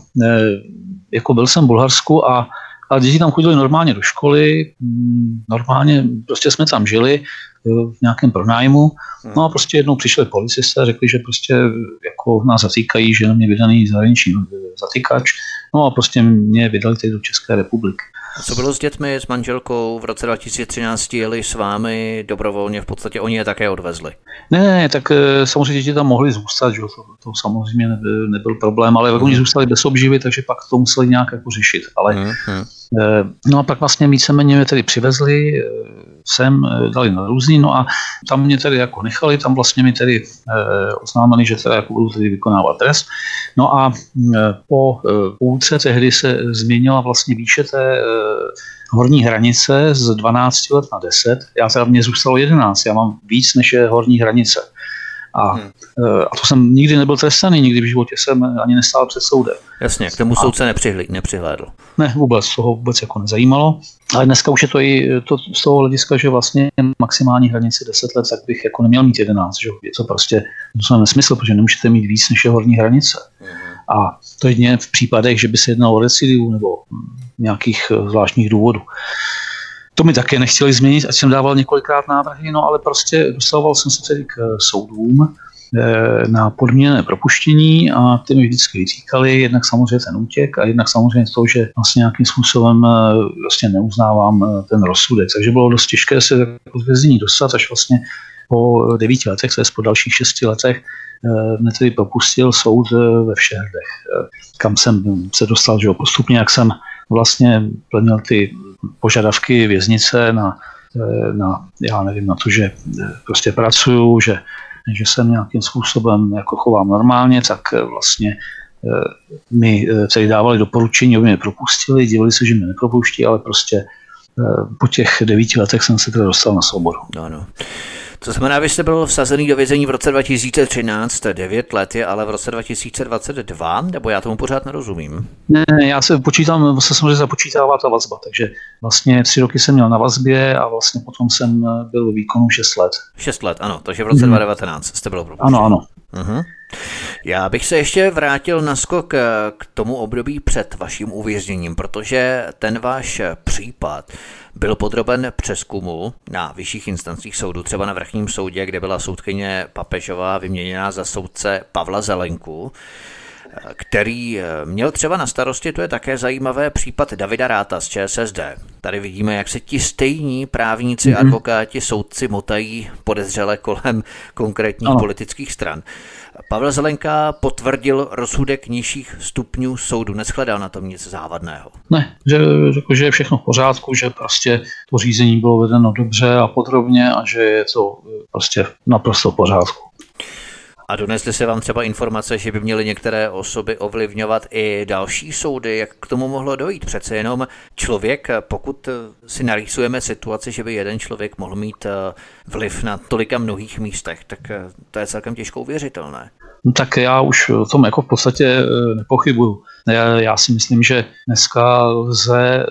jako byl jsem v Bulharsku a a děti tam chodili normálně do školy, normálně prostě jsme tam žili v nějakém pronájmu. No a prostě jednou přišli policisté a řekli, že prostě jako nás zatýkají, že na mě vydaný zahraniční zatýkač. No a prostě mě vydali tady do České republiky. A co bylo s dětmi, s manželkou? V roce dva tisíce třináct jeli s vámi dobrovolně, v podstatě oni je také odvezli. Ne, ne, tak samozřejmě děti tam mohly zůstat, že to, to samozřejmě nebyl, nebyl problém, ale mm. oni zůstali bez obživy, takže pak to museli nějak jako řešit. Ale, mm. No a pak vlastně víceméně mě tedy přivezli sem, dali na různý, no a tam mě tedy jako nechali, tam vlastně mi tedy oznámili, že teda jako budu tedy vykonávat trest. No a po půlce tehdy se změnila vlastně výše té horní hranice z dvanáct let na deset. Já teda mě zůstalo jedenáct, já mám víc než je horní hranice. A, hmm. a to jsem nikdy nebyl trestaný, nikdy v životě jsem ani nestál před soudem. Jasně, k tomu soudce nepřihli, nepřihlédl. Ne, vůbec, toho vůbec jako nezajímalo. Ale dneska už je to i to z toho hlediska, že vlastně maximální hranice deset let, tak bych jako neměl mít jedenáct. Že? Je to prostě to nesmysl, protože nemůžete mít víc než je horní hranice. Hmm. A to jedině v případech, že by se jednalo o recidivu nebo nějakých zvláštních důvodů. To mi také nechtěli změnit, ať jsem dával několikrát návrhy, no ale prostě dostával jsem se tedy k soudům na podmíněné propuštění a ty mi vždycky vytýkali jednak samozřejmě ten útěk a jednak samozřejmě to, že vlastně nějakým způsobem vlastně neuznávám ten rozsudek. Takže bylo dost těžké se z vězení dostat, až vlastně po devíti letech, to je po dalších šesti letech, mě tedy propustil soud ve Všehrdech, kam jsem se dostal, že postupně, jak jsem vlastně plnil ty požadavky věznice na, na, já nevím, na to, že prostě pracuju, že, že jsem nějakým způsobem jako chovám normálně, tak vlastně mi tedy dávali doporučení, aby mě propustili, divili se, že mě nepropouští, ale prostě po těch devíti letech jsem se teda dostal na svobodu. Ano. To znamená, vy jste byl vsazený do vězení v roce dva tisíce třináct, devět let je, ale v roce dva tisíce dvacet dva, nebo já tomu pořád nerozumím? Ne, ne, já se počítám, se samozřejmě započítává ta vazba, takže vlastně tři roky jsem měl na vazbě a vlastně potom jsem byl v výkonu šest let. šest let, ano, takže v roce dva tisíce devatenáct jste byl propuštěn. Ano, ano. Uh-huh. Já bych se ještě vrátil naskok k tomu období před vaším uvězněním, protože ten váš případ byl podroben přezkumu na vyšších instancích soudu, třeba na vrchním soudě, kde byla soudkyně Papežová vyměněná za soudce Pavla Zelenku. který měl třeba na starosti, to je také zajímavé, případ Davida Ratha z ČSSD. Tady vidíme, jak se ti stejní právníci, mm-hmm. advokáti, soudci motají podezřele kolem konkrétních ano. politických stran. Pavel Zelenka potvrdil rozsudek nižších stupňů soudu, neshledal na tom nic závadného. Ne, že řekl, že je všechno v pořádku, že prostě to řízení bylo vedeno dobře a podrobně a že je to prostě naprosto v pořádku. A donesly se vám třeba informace, že by měly některé osoby ovlivňovat i další soudy? Jak k tomu mohlo dojít? Přece jenom člověk, pokud si narýsujeme situaci, že by jeden člověk mohl mít vliv na tolika mnohých místech, tak to je celkem těžko uvěřitelné. No tak já už o tom jako v podstatě nepochybuju. Já, já si myslím, že dneska lze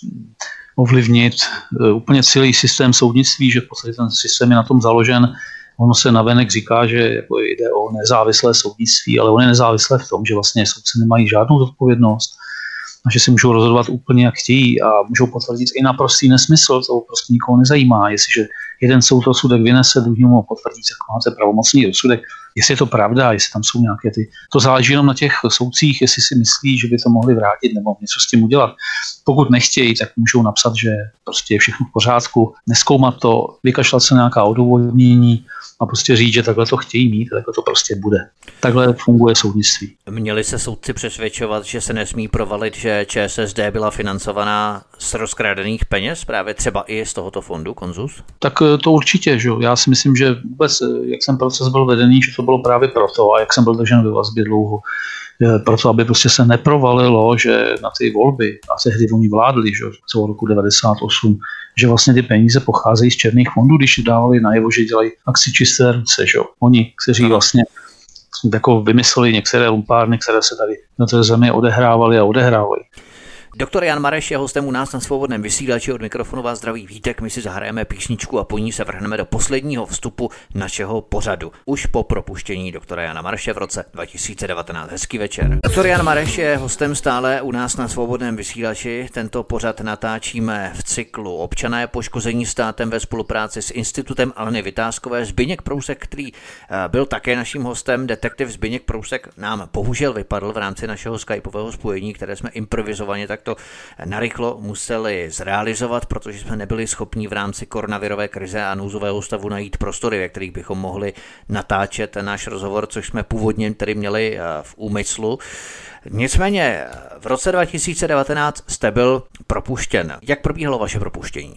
ovlivnit úplně celý systém soudnictví, že v podstatě ten systém je na tom založen. Ono se navenek říká, že jako jde o nezávislé soudnictví, ale on je nezávislé v tom, že vlastně soudci nemají žádnou zodpovědnost a že si můžou rozhodovat úplně jak chtějí a můžou potvrdit i naprostý nesmysl, to prostě nikoho nezajímá. Jestliže jeden soud rozsudek vynese, druhý mu potvrdí, jak máte pravomocný rozsudek, jestli je to pravda, jestli tam jsou nějaké ty... To záleží jenom na těch soudcích, jestli si myslí, že by to mohli vrátit nebo něco s tím udělat. Pokud nechtějí, tak můžou napsat, že prostě je všechno v pořádku, nezkoumat to, vykašlat se nějaká odůvodnění a prostě říct, že takhle to chtějí mít, takhle to prostě bude. Takhle funguje soudnictví. Měli se soudci přesvědčovat, že se nesmí provalit, že ČSSD byla financovaná z rozkradených peněz, právě třeba i z tohoto fondu Konzus? Tak to určitě, že? Já si myslím, že vůbec, jak jsem proces byl vedený, že to bylo právě proto, a jak jsem byl držen ve vazbě dlouho, proto, aby prostě se neprovalilo, že na ty volby, a tehdy oni vládli, že celou roku devadesát osm, že vlastně ty peníze pocházejí z černých fondů, když dávali najevo, že dělají akci čisté ruce, že oni, kteří vlastně jako vymysleli některé lumpárny, které se tady na té zemi odehrávaly a odehrávají. Doktor Jan Mareš je hostem u nás na Svobodném vysílači, od mikrofonu vás zdraví Vítek, my si zahrajeme písničku a po ní se vrhneme do posledního vstupu našeho pořadu. Už po propuštění doktora Jana Mareše v roce dva tisíce devatenáct. Hezký večer. Doktor Jan Mareš je hostem stále u nás na Svobodném vysílači. Tento pořad natáčíme v cyklu Občané poškození státem ve spolupráci s Institutem Aleny Vytázkové. Zbyněk Prousek, který byl také naším hostem, detektiv Zbyněk Prousek, nám bohužel vypadl v rámci našeho skypového spojení, které jsme improvizovaně tak to narychlo museli zrealizovat, protože jsme nebyli schopni v rámci koronavirové krize a nouzového stavu najít prostory, ve kterých bychom mohli natáčet náš rozhovor, což jsme původně tedy měli v úmyslu. Nicméně v roce dva tisíce devatenáct jste byl propuštěn. Jak probíhalo vaše propuštění?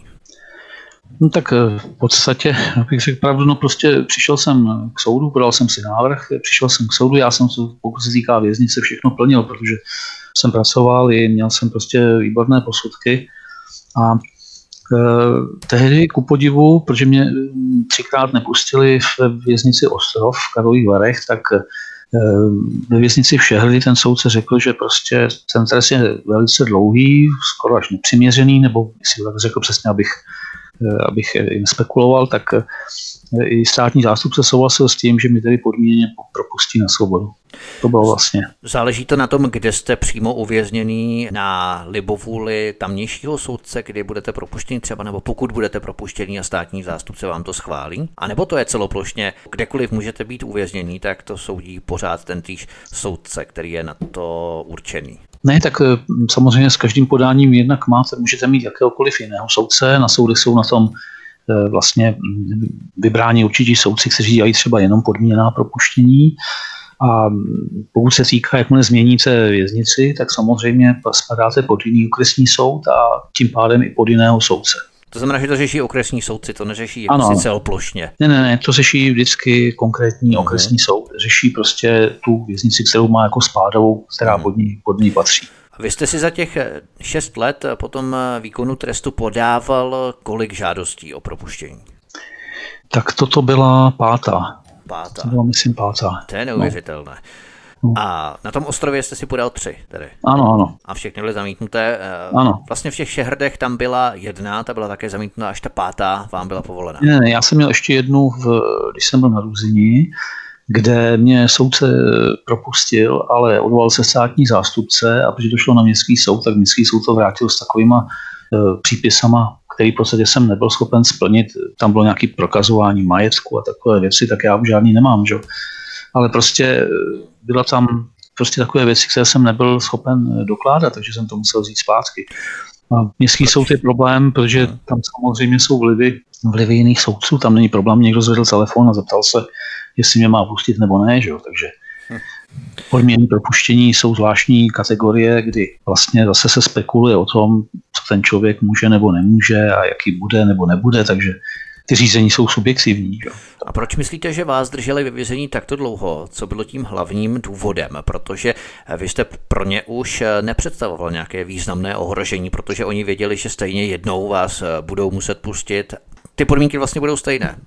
No tak v podstatě, abych řekl pravdu, no prostě přišel jsem k soudu, podal jsem si návrh, přišel jsem k soudu, já jsem, pokud se týká věznice, všechno plnil, protože jsem pracoval i měl jsem prostě výborné posudky a e, tehdy ku podivu, protože mě třikrát nepustili ve věznici Ostrov v Karlových Varech, tak e, ve věznici v Šehrli ten soudce řekl, že prostě ten trest je velice dlouhý, skoro až nepřiměřený, nebo jestli tak řekl přesně, abych abych nespekuloval, tak i státní zástupce souhlasil s tím, že mi tedy podmíněně propustí na svobodu. To bylo vlastně. Záleží to na tom, kde jste přímo uvězněný, na libovůli tamnějšího soudce, kdy budete propuštěni třeba, nebo pokud budete propuštěni a státní zástupce vám to schválí? A nebo to je celoplošně, kdekoliv můžete být uvězněný, tak to soudí pořád ten týž soudce, který je na to určený? Ne, tak samozřejmě s každým podáním jednak máte, můžete mít jakéhokoliv jiného soudce. Na soudech jsou na tom vlastně vybráni určití soudci, kteří dělají třeba jenom podmíněná propuštění. A pokud se týká, jakmile změníte věznici, tak samozřejmě spadáte pod jiný okresní soud a tím pádem i pod jiného soudce. To znamená, že to řeší okresní soudci, to neřeší jako celoplošně. Ne, ne, ne, to řeší vždycky konkrétní uh-huh. okresní soud. Řeší prostě tu věznici, kterou má jako spádovou, která uh-huh. pod ní, pod ní patří. Vy jste si za těch šest let po tom výkonu trestu podával kolik žádostí o propuštění? Tak toto byla pátá. Pátá. To byla, myslím, pátá. To je neuvěřitelné. No. A na tom ostrově jste si podal tři, tedy. Ano, ano. A všechny byly zamítnuté. Ano. Vlastně v těch Šehrdech tam byla jedna, ta byla také zamítnutá, až ta pátá vám byla povolena. Ne, ne, já jsem měl ještě jednu, v, když jsem byl na Ruzini, kde mě soudce propustil, ale odvolal se státní zástupce a protože to šlo na městský soud, tak městský soud to vrátil s takovýma e, přípisama, který v podstatě jsem nebyl schopen splnit. Tam bylo nějaké prokazování majetku a takové věci, tak já už žádný nemám, že? Ale prostě byla tam prostě takové věci, které jsem nebyl schopen dokládat, takže jsem to musel vzít zpátky. A městský soud je problém, protože tam samozřejmě jsou vlivy, vlivy jiných soudců, tam není problém, někdo zvedl telefon a zeptal se, jestli mě má pustit nebo ne, že jo, takže podmíněné propuštění jsou zvláštní kategorie, kdy vlastně zase se spekuluje o tom, co ten člověk může nebo nemůže a jaký bude nebo nebude, takže ty řízení jsou subjektivní. Jo. A proč myslíte, že vás drželi ve vězení takto dlouho? Co bylo tím hlavním důvodem? Protože vy jste pro ně už nepředstavoval nějaké významné ohrožení, protože oni věděli, že stejně jednou vás budou muset pustit. Ty podmínky vlastně budou stejné.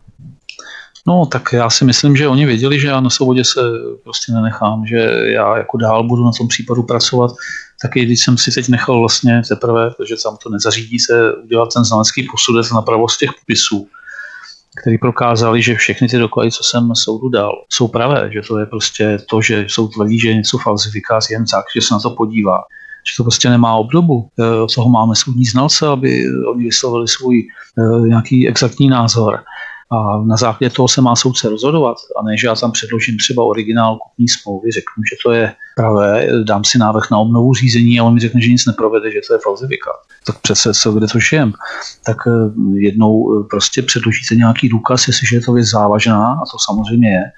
No, tak já si myslím, že oni věděli, že já na svobodě se prostě nenechám, že já jako dál budu na tom případu pracovat. Taky když jsem si teď nechal vlastně teprve, protože tam to nezařídí se udělat ten znalecký posudek na pravost těch popisů, který prokázali, že všechny ty doklady, co jsem soudu dal, jsou pravé, že to je prostě to, že soud tvrdí, že je něco falzifikát jen tak, že se na to podívá, že to prostě nemá obdobu. Od toho máme soudní znalce, aby oni vyslovili svůj nějaký exaktní názor. A na základě toho se má soudce rozhodovat, a ne, že já tam předložím třeba originál kupní smlouvy, řeknu, že to je pravé, dám si návrh na obnovu řízení a on mi řekne, že nic neprovede, že to je falzifikát. Tak přece co, kde to žijem? Tak jednou prostě předložíte nějaký důkaz, jestliže je to věc závažná, a to samozřejmě je,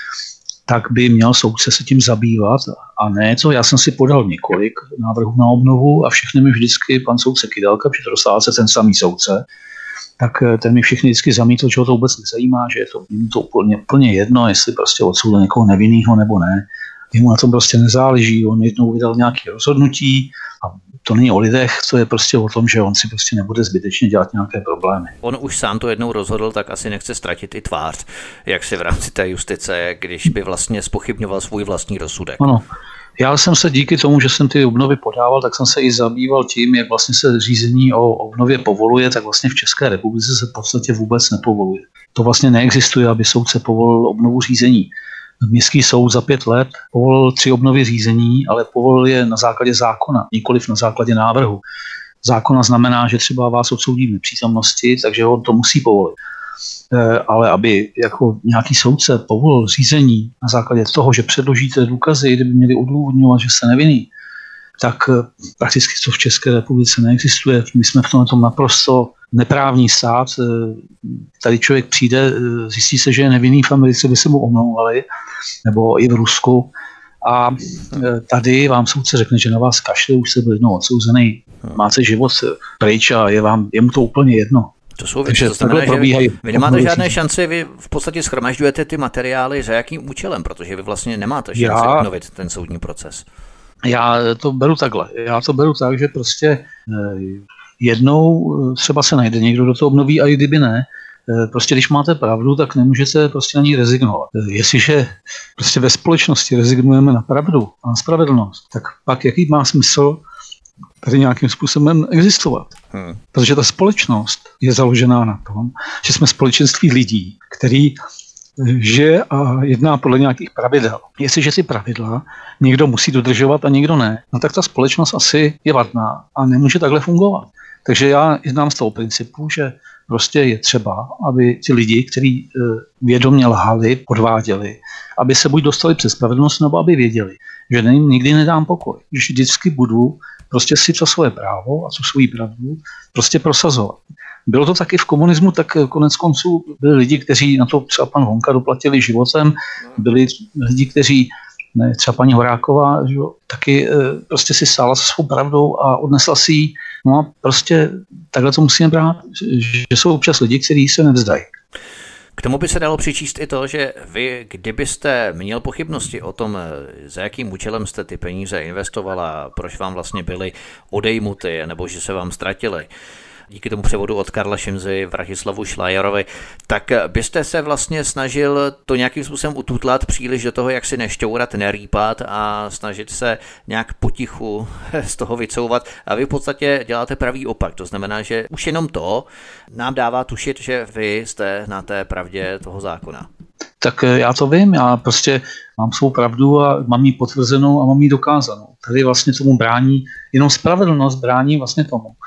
tak by měl soudce se tím zabývat a ne to. Já jsem si podal několik návrhů na obnovu a všechny mi vždycky pan soudce Kydelka, protože to dostává se ten samý soudce, tak ten mi všechny vždycky zamítl, že ho to vůbec nezajímá, že je to, je to úplně, úplně jedno, jestli prostě odsoudil někoho nevinného nebo ne. Jemu na tom prostě nezáleží, on jednou vydal nějaké rozhodnutí a to není o lidech, to je prostě o tom, že on si prostě nebude zbytečně dělat nějaké problémy. On už sám to jednou rozhodl, tak asi nechce ztratit i tvář, jak si v rámci té justice, když by vlastně zpochybňoval svůj vlastní rozsudek. Ano. Já jsem se díky tomu, že jsem ty obnovy podával, tak jsem se i zabýval tím, jak vlastně se řízení o obnově povoluje, tak vlastně v České republice se v podstatě vůbec nepovoluje. To vlastně neexistuje, aby soudce povolil obnovu řízení. Městský soud za pět let povolil tři obnovy řízení, ale povolil je na základě zákona, nikoliv na základě návrhu. Zákona znamená, že třeba vás odsoudí v nepřítomnosti, takže on to musí povolit. Ale aby jako nějaký soudce povolil řízení na základě toho, že předložíte důkazy, kdyby měli odůvodňovat, že jste nevinný, tak prakticky to v České republice neexistuje. My jsme v tomto naprosto neprávní stát. Tady člověk přijde, zjistí se, že je nevinný, v Americe by se mu omlouvali, nebo i v Rusku. A tady vám soudce řekne, že na vás kašle, už jste byl jednou odsouzený, máte život pryč a je, vám, je mu to úplně jedno. To jsou věci, to znamená, že vy nemáte žádné šanci, vy v podstatě shromažďujete ty materiály za jakým účelem, protože vy vlastně nemáte šanci já, obnovit ten soudní proces. Já to beru takhle. Já to beru tak, že prostě jednou třeba se najde někdo, kdo to obnoví, a i kdyby ne, prostě když máte pravdu, tak nemůžete prostě na ní rezignovat. Jestliže prostě ve společnosti rezignujeme na pravdu a na spravedlnost, tak pak jaký má smysl tady nějakým způsobem existovat. Hmm. Protože ta společnost je založená na tom, že jsme společenství lidí, který žije a jedná podle nějakých pravidel. Jestliže ty pravidla někdo musí dodržovat a někdo ne, no tak ta společnost asi je vadná a nemůže takhle fungovat. Takže já jednám z toho principu, že prostě je třeba, aby ti lidi, kteří vědomě lhali, podváděli, aby se buď dostali před spravedlnost, nebo aby věděli, že jim nikdy nedám pokoj. Že vždycky budu prostě si to svoje právo a tu svoji pravdu prostě prosazovat. Bylo to taky v komunismu, tak konec konců byli lidi, kteří na to třeba pan Honka doplatili životem, byli lidi, kteří, ne, třeba paní Horáková, že, taky prostě si stála se svou pravdou a odnesla si ji. No a prostě takhle to musíme brát, že jsou občas lidi, kteří se nevzdají. K tomu by se dalo přičíst i to, že vy, kdybyste měl pochybnosti o tom, za jakým účelem jste ty peníze investovala, proč vám vlastně byly odejmuty, nebo že se vám ztratily, díky tomu převodu od Karla Šimzy, Vrachislavu Šlajerovi, tak byste se vlastně snažil to nějakým způsobem ututlat příliš do toho, jak si nešťourat, nerýpat a snažit se nějak potichu z toho vycouvat. A vy v podstatě děláte pravý opak. To znamená, že už jenom to nám dává tušit, že vy jste na té pravdě toho zákona. Tak já to vím, já prostě mám svou pravdu a mám ji potvrzenou a mám ji dokázanou. Tady vlastně tomu brání, jenom spravedlnost brání vlastně tomu,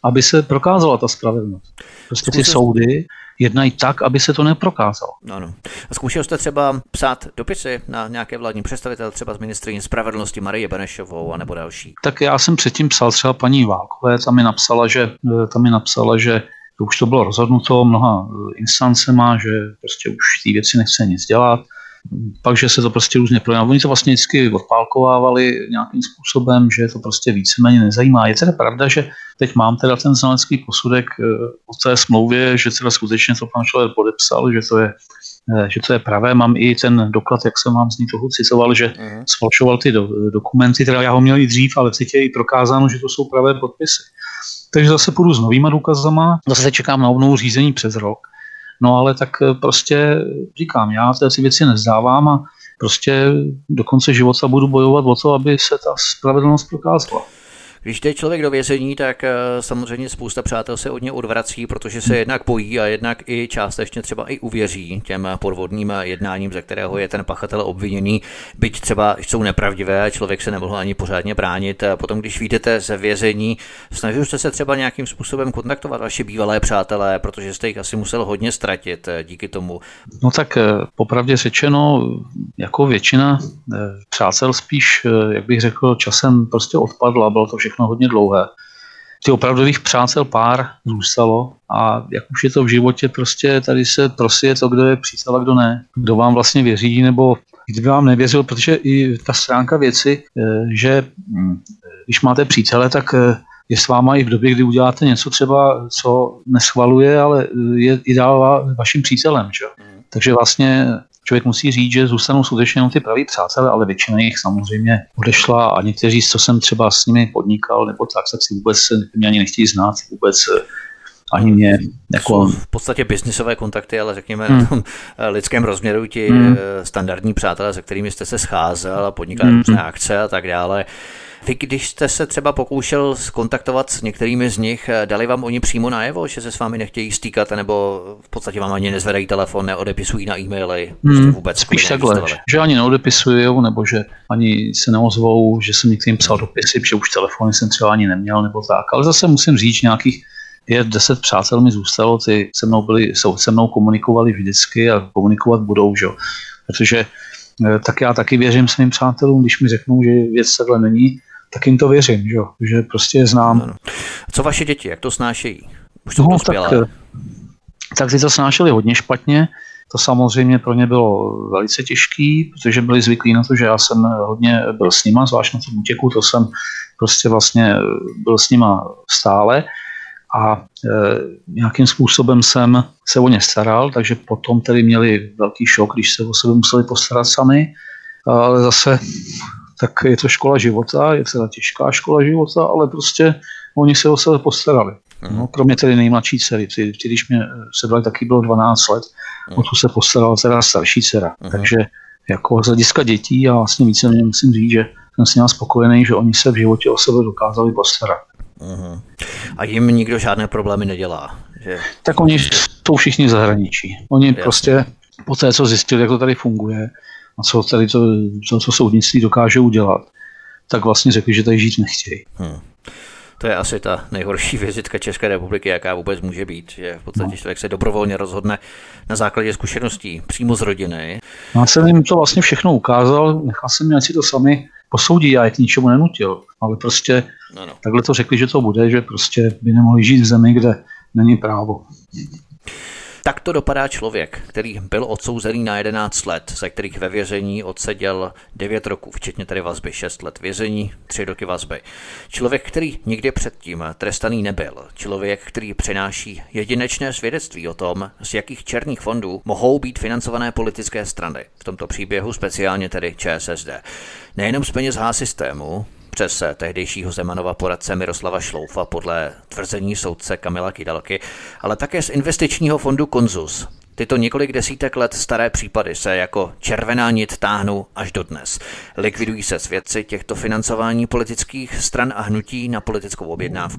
aby se prokázala ta spravedlnost. Prostě ty soudy jednají tak, aby se to neprokázalo. Ano. A zkoušel jste třeba psát dopisy na nějaké vládní představitel, třeba z ministryně spravedlnosti Marie Benešovou anebo další? Tak já jsem předtím psal třeba paní Válkové, tam mi napsala, že, tam mi napsala, že už to bylo rozhodnuto mnoha instancema, že prostě už ty věci nechce nic dělat. Pak, že se to prostě různě projednalo. Oni to vlastně vždycky odpálkovávali nějakým způsobem, že to prostě víceméně nezajímá. Je teda pravda, že teď mám teda ten znalecký posudek o té smlouvě, že teda skutečně to pan Šoller podepsal, že to je, že to je pravé. Mám i ten doklad, jak jsem vám z ní toho citoval, že uh-huh. sfalšoval ty do, dokumenty, teda já ho měl i dřív, ale teď je i prokázáno, že to jsou pravé podpisy. Takže zase půjdu s novýma důkazama, zase čekám na obnovu řízení přes rok. No ale tak prostě říkám, já ty věci nezdávám a prostě do konce života budu bojovat o to, aby se ta spravedlnost prokázala. Když jde člověk do vězení, tak samozřejmě spousta přátel se od něj odvrací, protože se jednak bojí a jednak i částečně třeba i uvěří těm podvodným jednáním, ze kterého je ten pachatel obviněný, byť třeba jsou nepravdivé a člověk se nemohl ani pořádně bránit. A potom, když vyjdete ze vězení, snažil jste se třeba nějakým způsobem kontaktovat vaši bývalé přátelé, protože jste jich asi musel hodně ztratit díky tomu. No tak popravdě řečeno, jako většina přátel spíš, jak bych řekl, časem prostě odpadla, bylo to všechno hodně dlouhé. Ty opravdových přátel pár zůstalo a jak už je to v životě, prostě tady se prosí to, kdo je přítel a kdo ne. Kdo vám vlastně věří, nebo kdyby vám nevěřil, protože i ta stránka věci, že když máte přítele, tak je s váma i v době, kdy uděláte něco třeba, co neschvaluje, ale je i dál vaším přítelem. Že? Takže vlastně člověk musí říct, že zůstanou skutečně jenom ty praví přátelé, ale většina jich samozřejmě odešla a někteří, co jsem třeba s nimi podnikal, nebo tak, tak si vůbec mě ani nechtějí znát, vůbec ani mě. Jako... Jsou v podstatě biznisové kontakty, ale řekněme hmm. na tom lidském rozměru ti hmm. standardní přátelé, se kterými jste se scházel a podnikali hmm. různé akce a tak dále. Vy, když jste se třeba pokoušel skontaktovat s některými z nich, dali vám oni přímo najevo, že se s vámi nechtějí stýkat, nebo v podstatě vám ani nezvedají telefon, neodepisují na e-maily? Prostě vůbec hmm, spíš takhle, že ani neodepisují, nebo že ani se neozvou, že jsem některým psal dopisy, protože už telefony jsem třeba ani neměl, nebo tak. Ale zase musím říct, nějakých pět, deset přátel mi zůstalo, ty se mnou byli, jsou se mnou komunikovali vždycky a komunikovat budou, že? Protože tak já taky věřím svým přátelům, když mi řeknou, že věc takhle není, tak jim to věřím, že, že prostě je znám. No, no. Co vaše děti, jak to snášejí? Už to no, tak, tak ty to snášeli hodně špatně, to samozřejmě pro ně bylo velice těžký, protože byli zvyklí na to, že já jsem hodně byl s nima, zvlášť na tom útěku, to jsem prostě vlastně byl s nima stále a e, nějakým způsobem jsem se o ně staral, takže potom tedy měli velký šok, když se o sebe museli postarat sami, ale zase tak je to škola života, je to těžká škola života, ale prostě oni se o sebe postarali. No, kromě tedy nejmladší dcery, ty, ty, když mě sebrali, taky bylo dvanáct let, o tu se postarala teda starší dcera. Uh-huh. Takže jako z hlediska dětí a vlastně více mě musím říct, že jsem s nimi spokojený, že oni se v životě o sebe dokázali postarat. Uh-huh. A jim nikdo žádné problémy nedělá? Že... Tak oni jsou všichni v zahraničí. Oni Jasně. prostě po té, co zjistili, jak to tady funguje a co tady to, co, co soudnictví dokáže udělat, tak vlastně řekli, že tady žít nechtějí. Hmm. To je asi ta nejhorší vizitka České republiky, jaká vůbec může být, že v podstatě člověk se dobrovolně rozhodne na základě zkušeností přímo z rodiny. Já jsem jim to vlastně všechno ukázal, nechal jsem mě, ať si to sami posoudí, já je k ničemu nenutil, ale prostě no, no. takhle to řekli, že to bude, že prostě by nemohli žít v zemi, kde není právo. Tak to dopadá člověk, který byl odsouzený na jedenáct let, ze kterých ve vězení odseděl devět roků, včetně tedy vazby, šest let vězení, tři roky vazby. Člověk, který nikdy předtím trestaný nebyl. Člověk, který přináší jedinečné svědectví o tom, z jakých černých fondů mohou být financované politické strany. V tomto příběhu speciálně tedy ČSSD. Nejenom z peněz H-systému, přes tehdejšího Zemanova poradce Miroslava Šloufa podle tvrzení soudce Kamila Kydalky, ale také z investičního fondu Konzus. Tyto několik desítek let staré případy se jako červená nit táhnou až dodnes. Likvidují se svědci těchto financování politických stran a hnutí na politickou objednávku?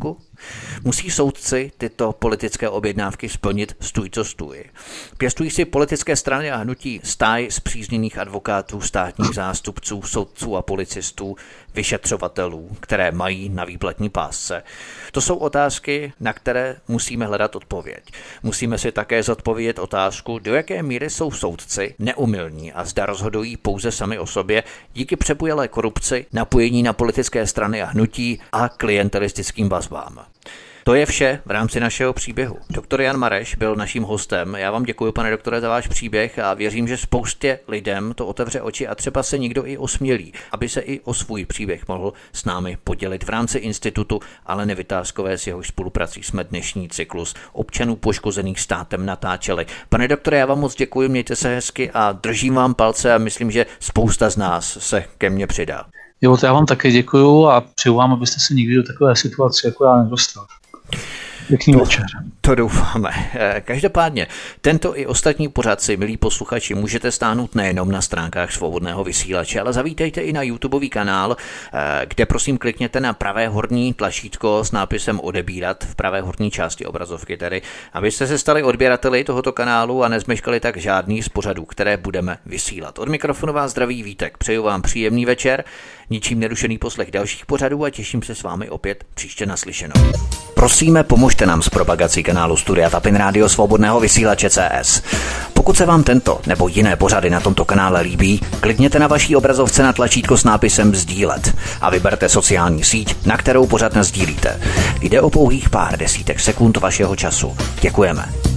Musí soudci tyto politické objednávky splnit stůj co stůj. Pěstují si politické strany a hnutí stáj spřízněných advokátů, státních zástupců, soudců a policistů, vyšetřovatelů, které mají na výplatní pásce. To jsou otázky, na které musíme hledat odpověď. Musíme si také zodpovědět otázku, do jaké míry jsou soudci neomylní a zda rozhodují pouze sami o sobě díky přebujelé korupci, napojení na politické strany a hnutí a klientelistickým vazbám. To je vše v rámci našeho příběhu. Doktor Jan Mareš byl naším hostem. Já vám děkuji, pane doktore, za váš příběh a věřím, že spoustě lidem to otevře oči a třeba se někdo i osmělí, aby se i o svůj příběh mohl s námi podělit v rámci institutu Aleny Vytázkové, s jehož spoluprací jsme dnešní cyklus občanů poškozených státem natáčeli. Pane doktore, já vám moc děkuji, mějte se hezky a držím vám palce a myslím, že spousta z nás se ke mně přidá. Jo, to já vám také děkuju a přeju vám, abyste se nikdy do takové situace jako já nedostal. Pěkný večer. To doufáme. Každopádně, tento i ostatní pořad si, milí posluchači, můžete stáhnout nejenom na stránkách Svobodného vysílače, ale zavítejte i na YouTubeový kanál, kde prosím klikněte na pravé horní tlačítko s nápisem odebírat v pravé horní části obrazovky, tedy abyste se stali odběrateli tohoto kanálu a nezmeškali tak žádný z pořadů, které budeme vysílat. Od mikrofonu vás zdraví Vítek. Přeju vám příjemný večer, ničím nerušený poslech dalších pořadů a těším se s vámi opět příště naslyšenou. Prosíme, pomožte nám s propagací kanálu Studia Tapin Rádio Svobodného vysílače C S. Pokud se vám tento nebo jiné pořady na tomto kanále líbí, klikněte na vaší obrazovce na tlačítko s nápisem sdílet a vyberte sociální síť, na kterou pořad nasdílíte. Jde o pouhých pár desítek sekund vašeho času. Děkujeme.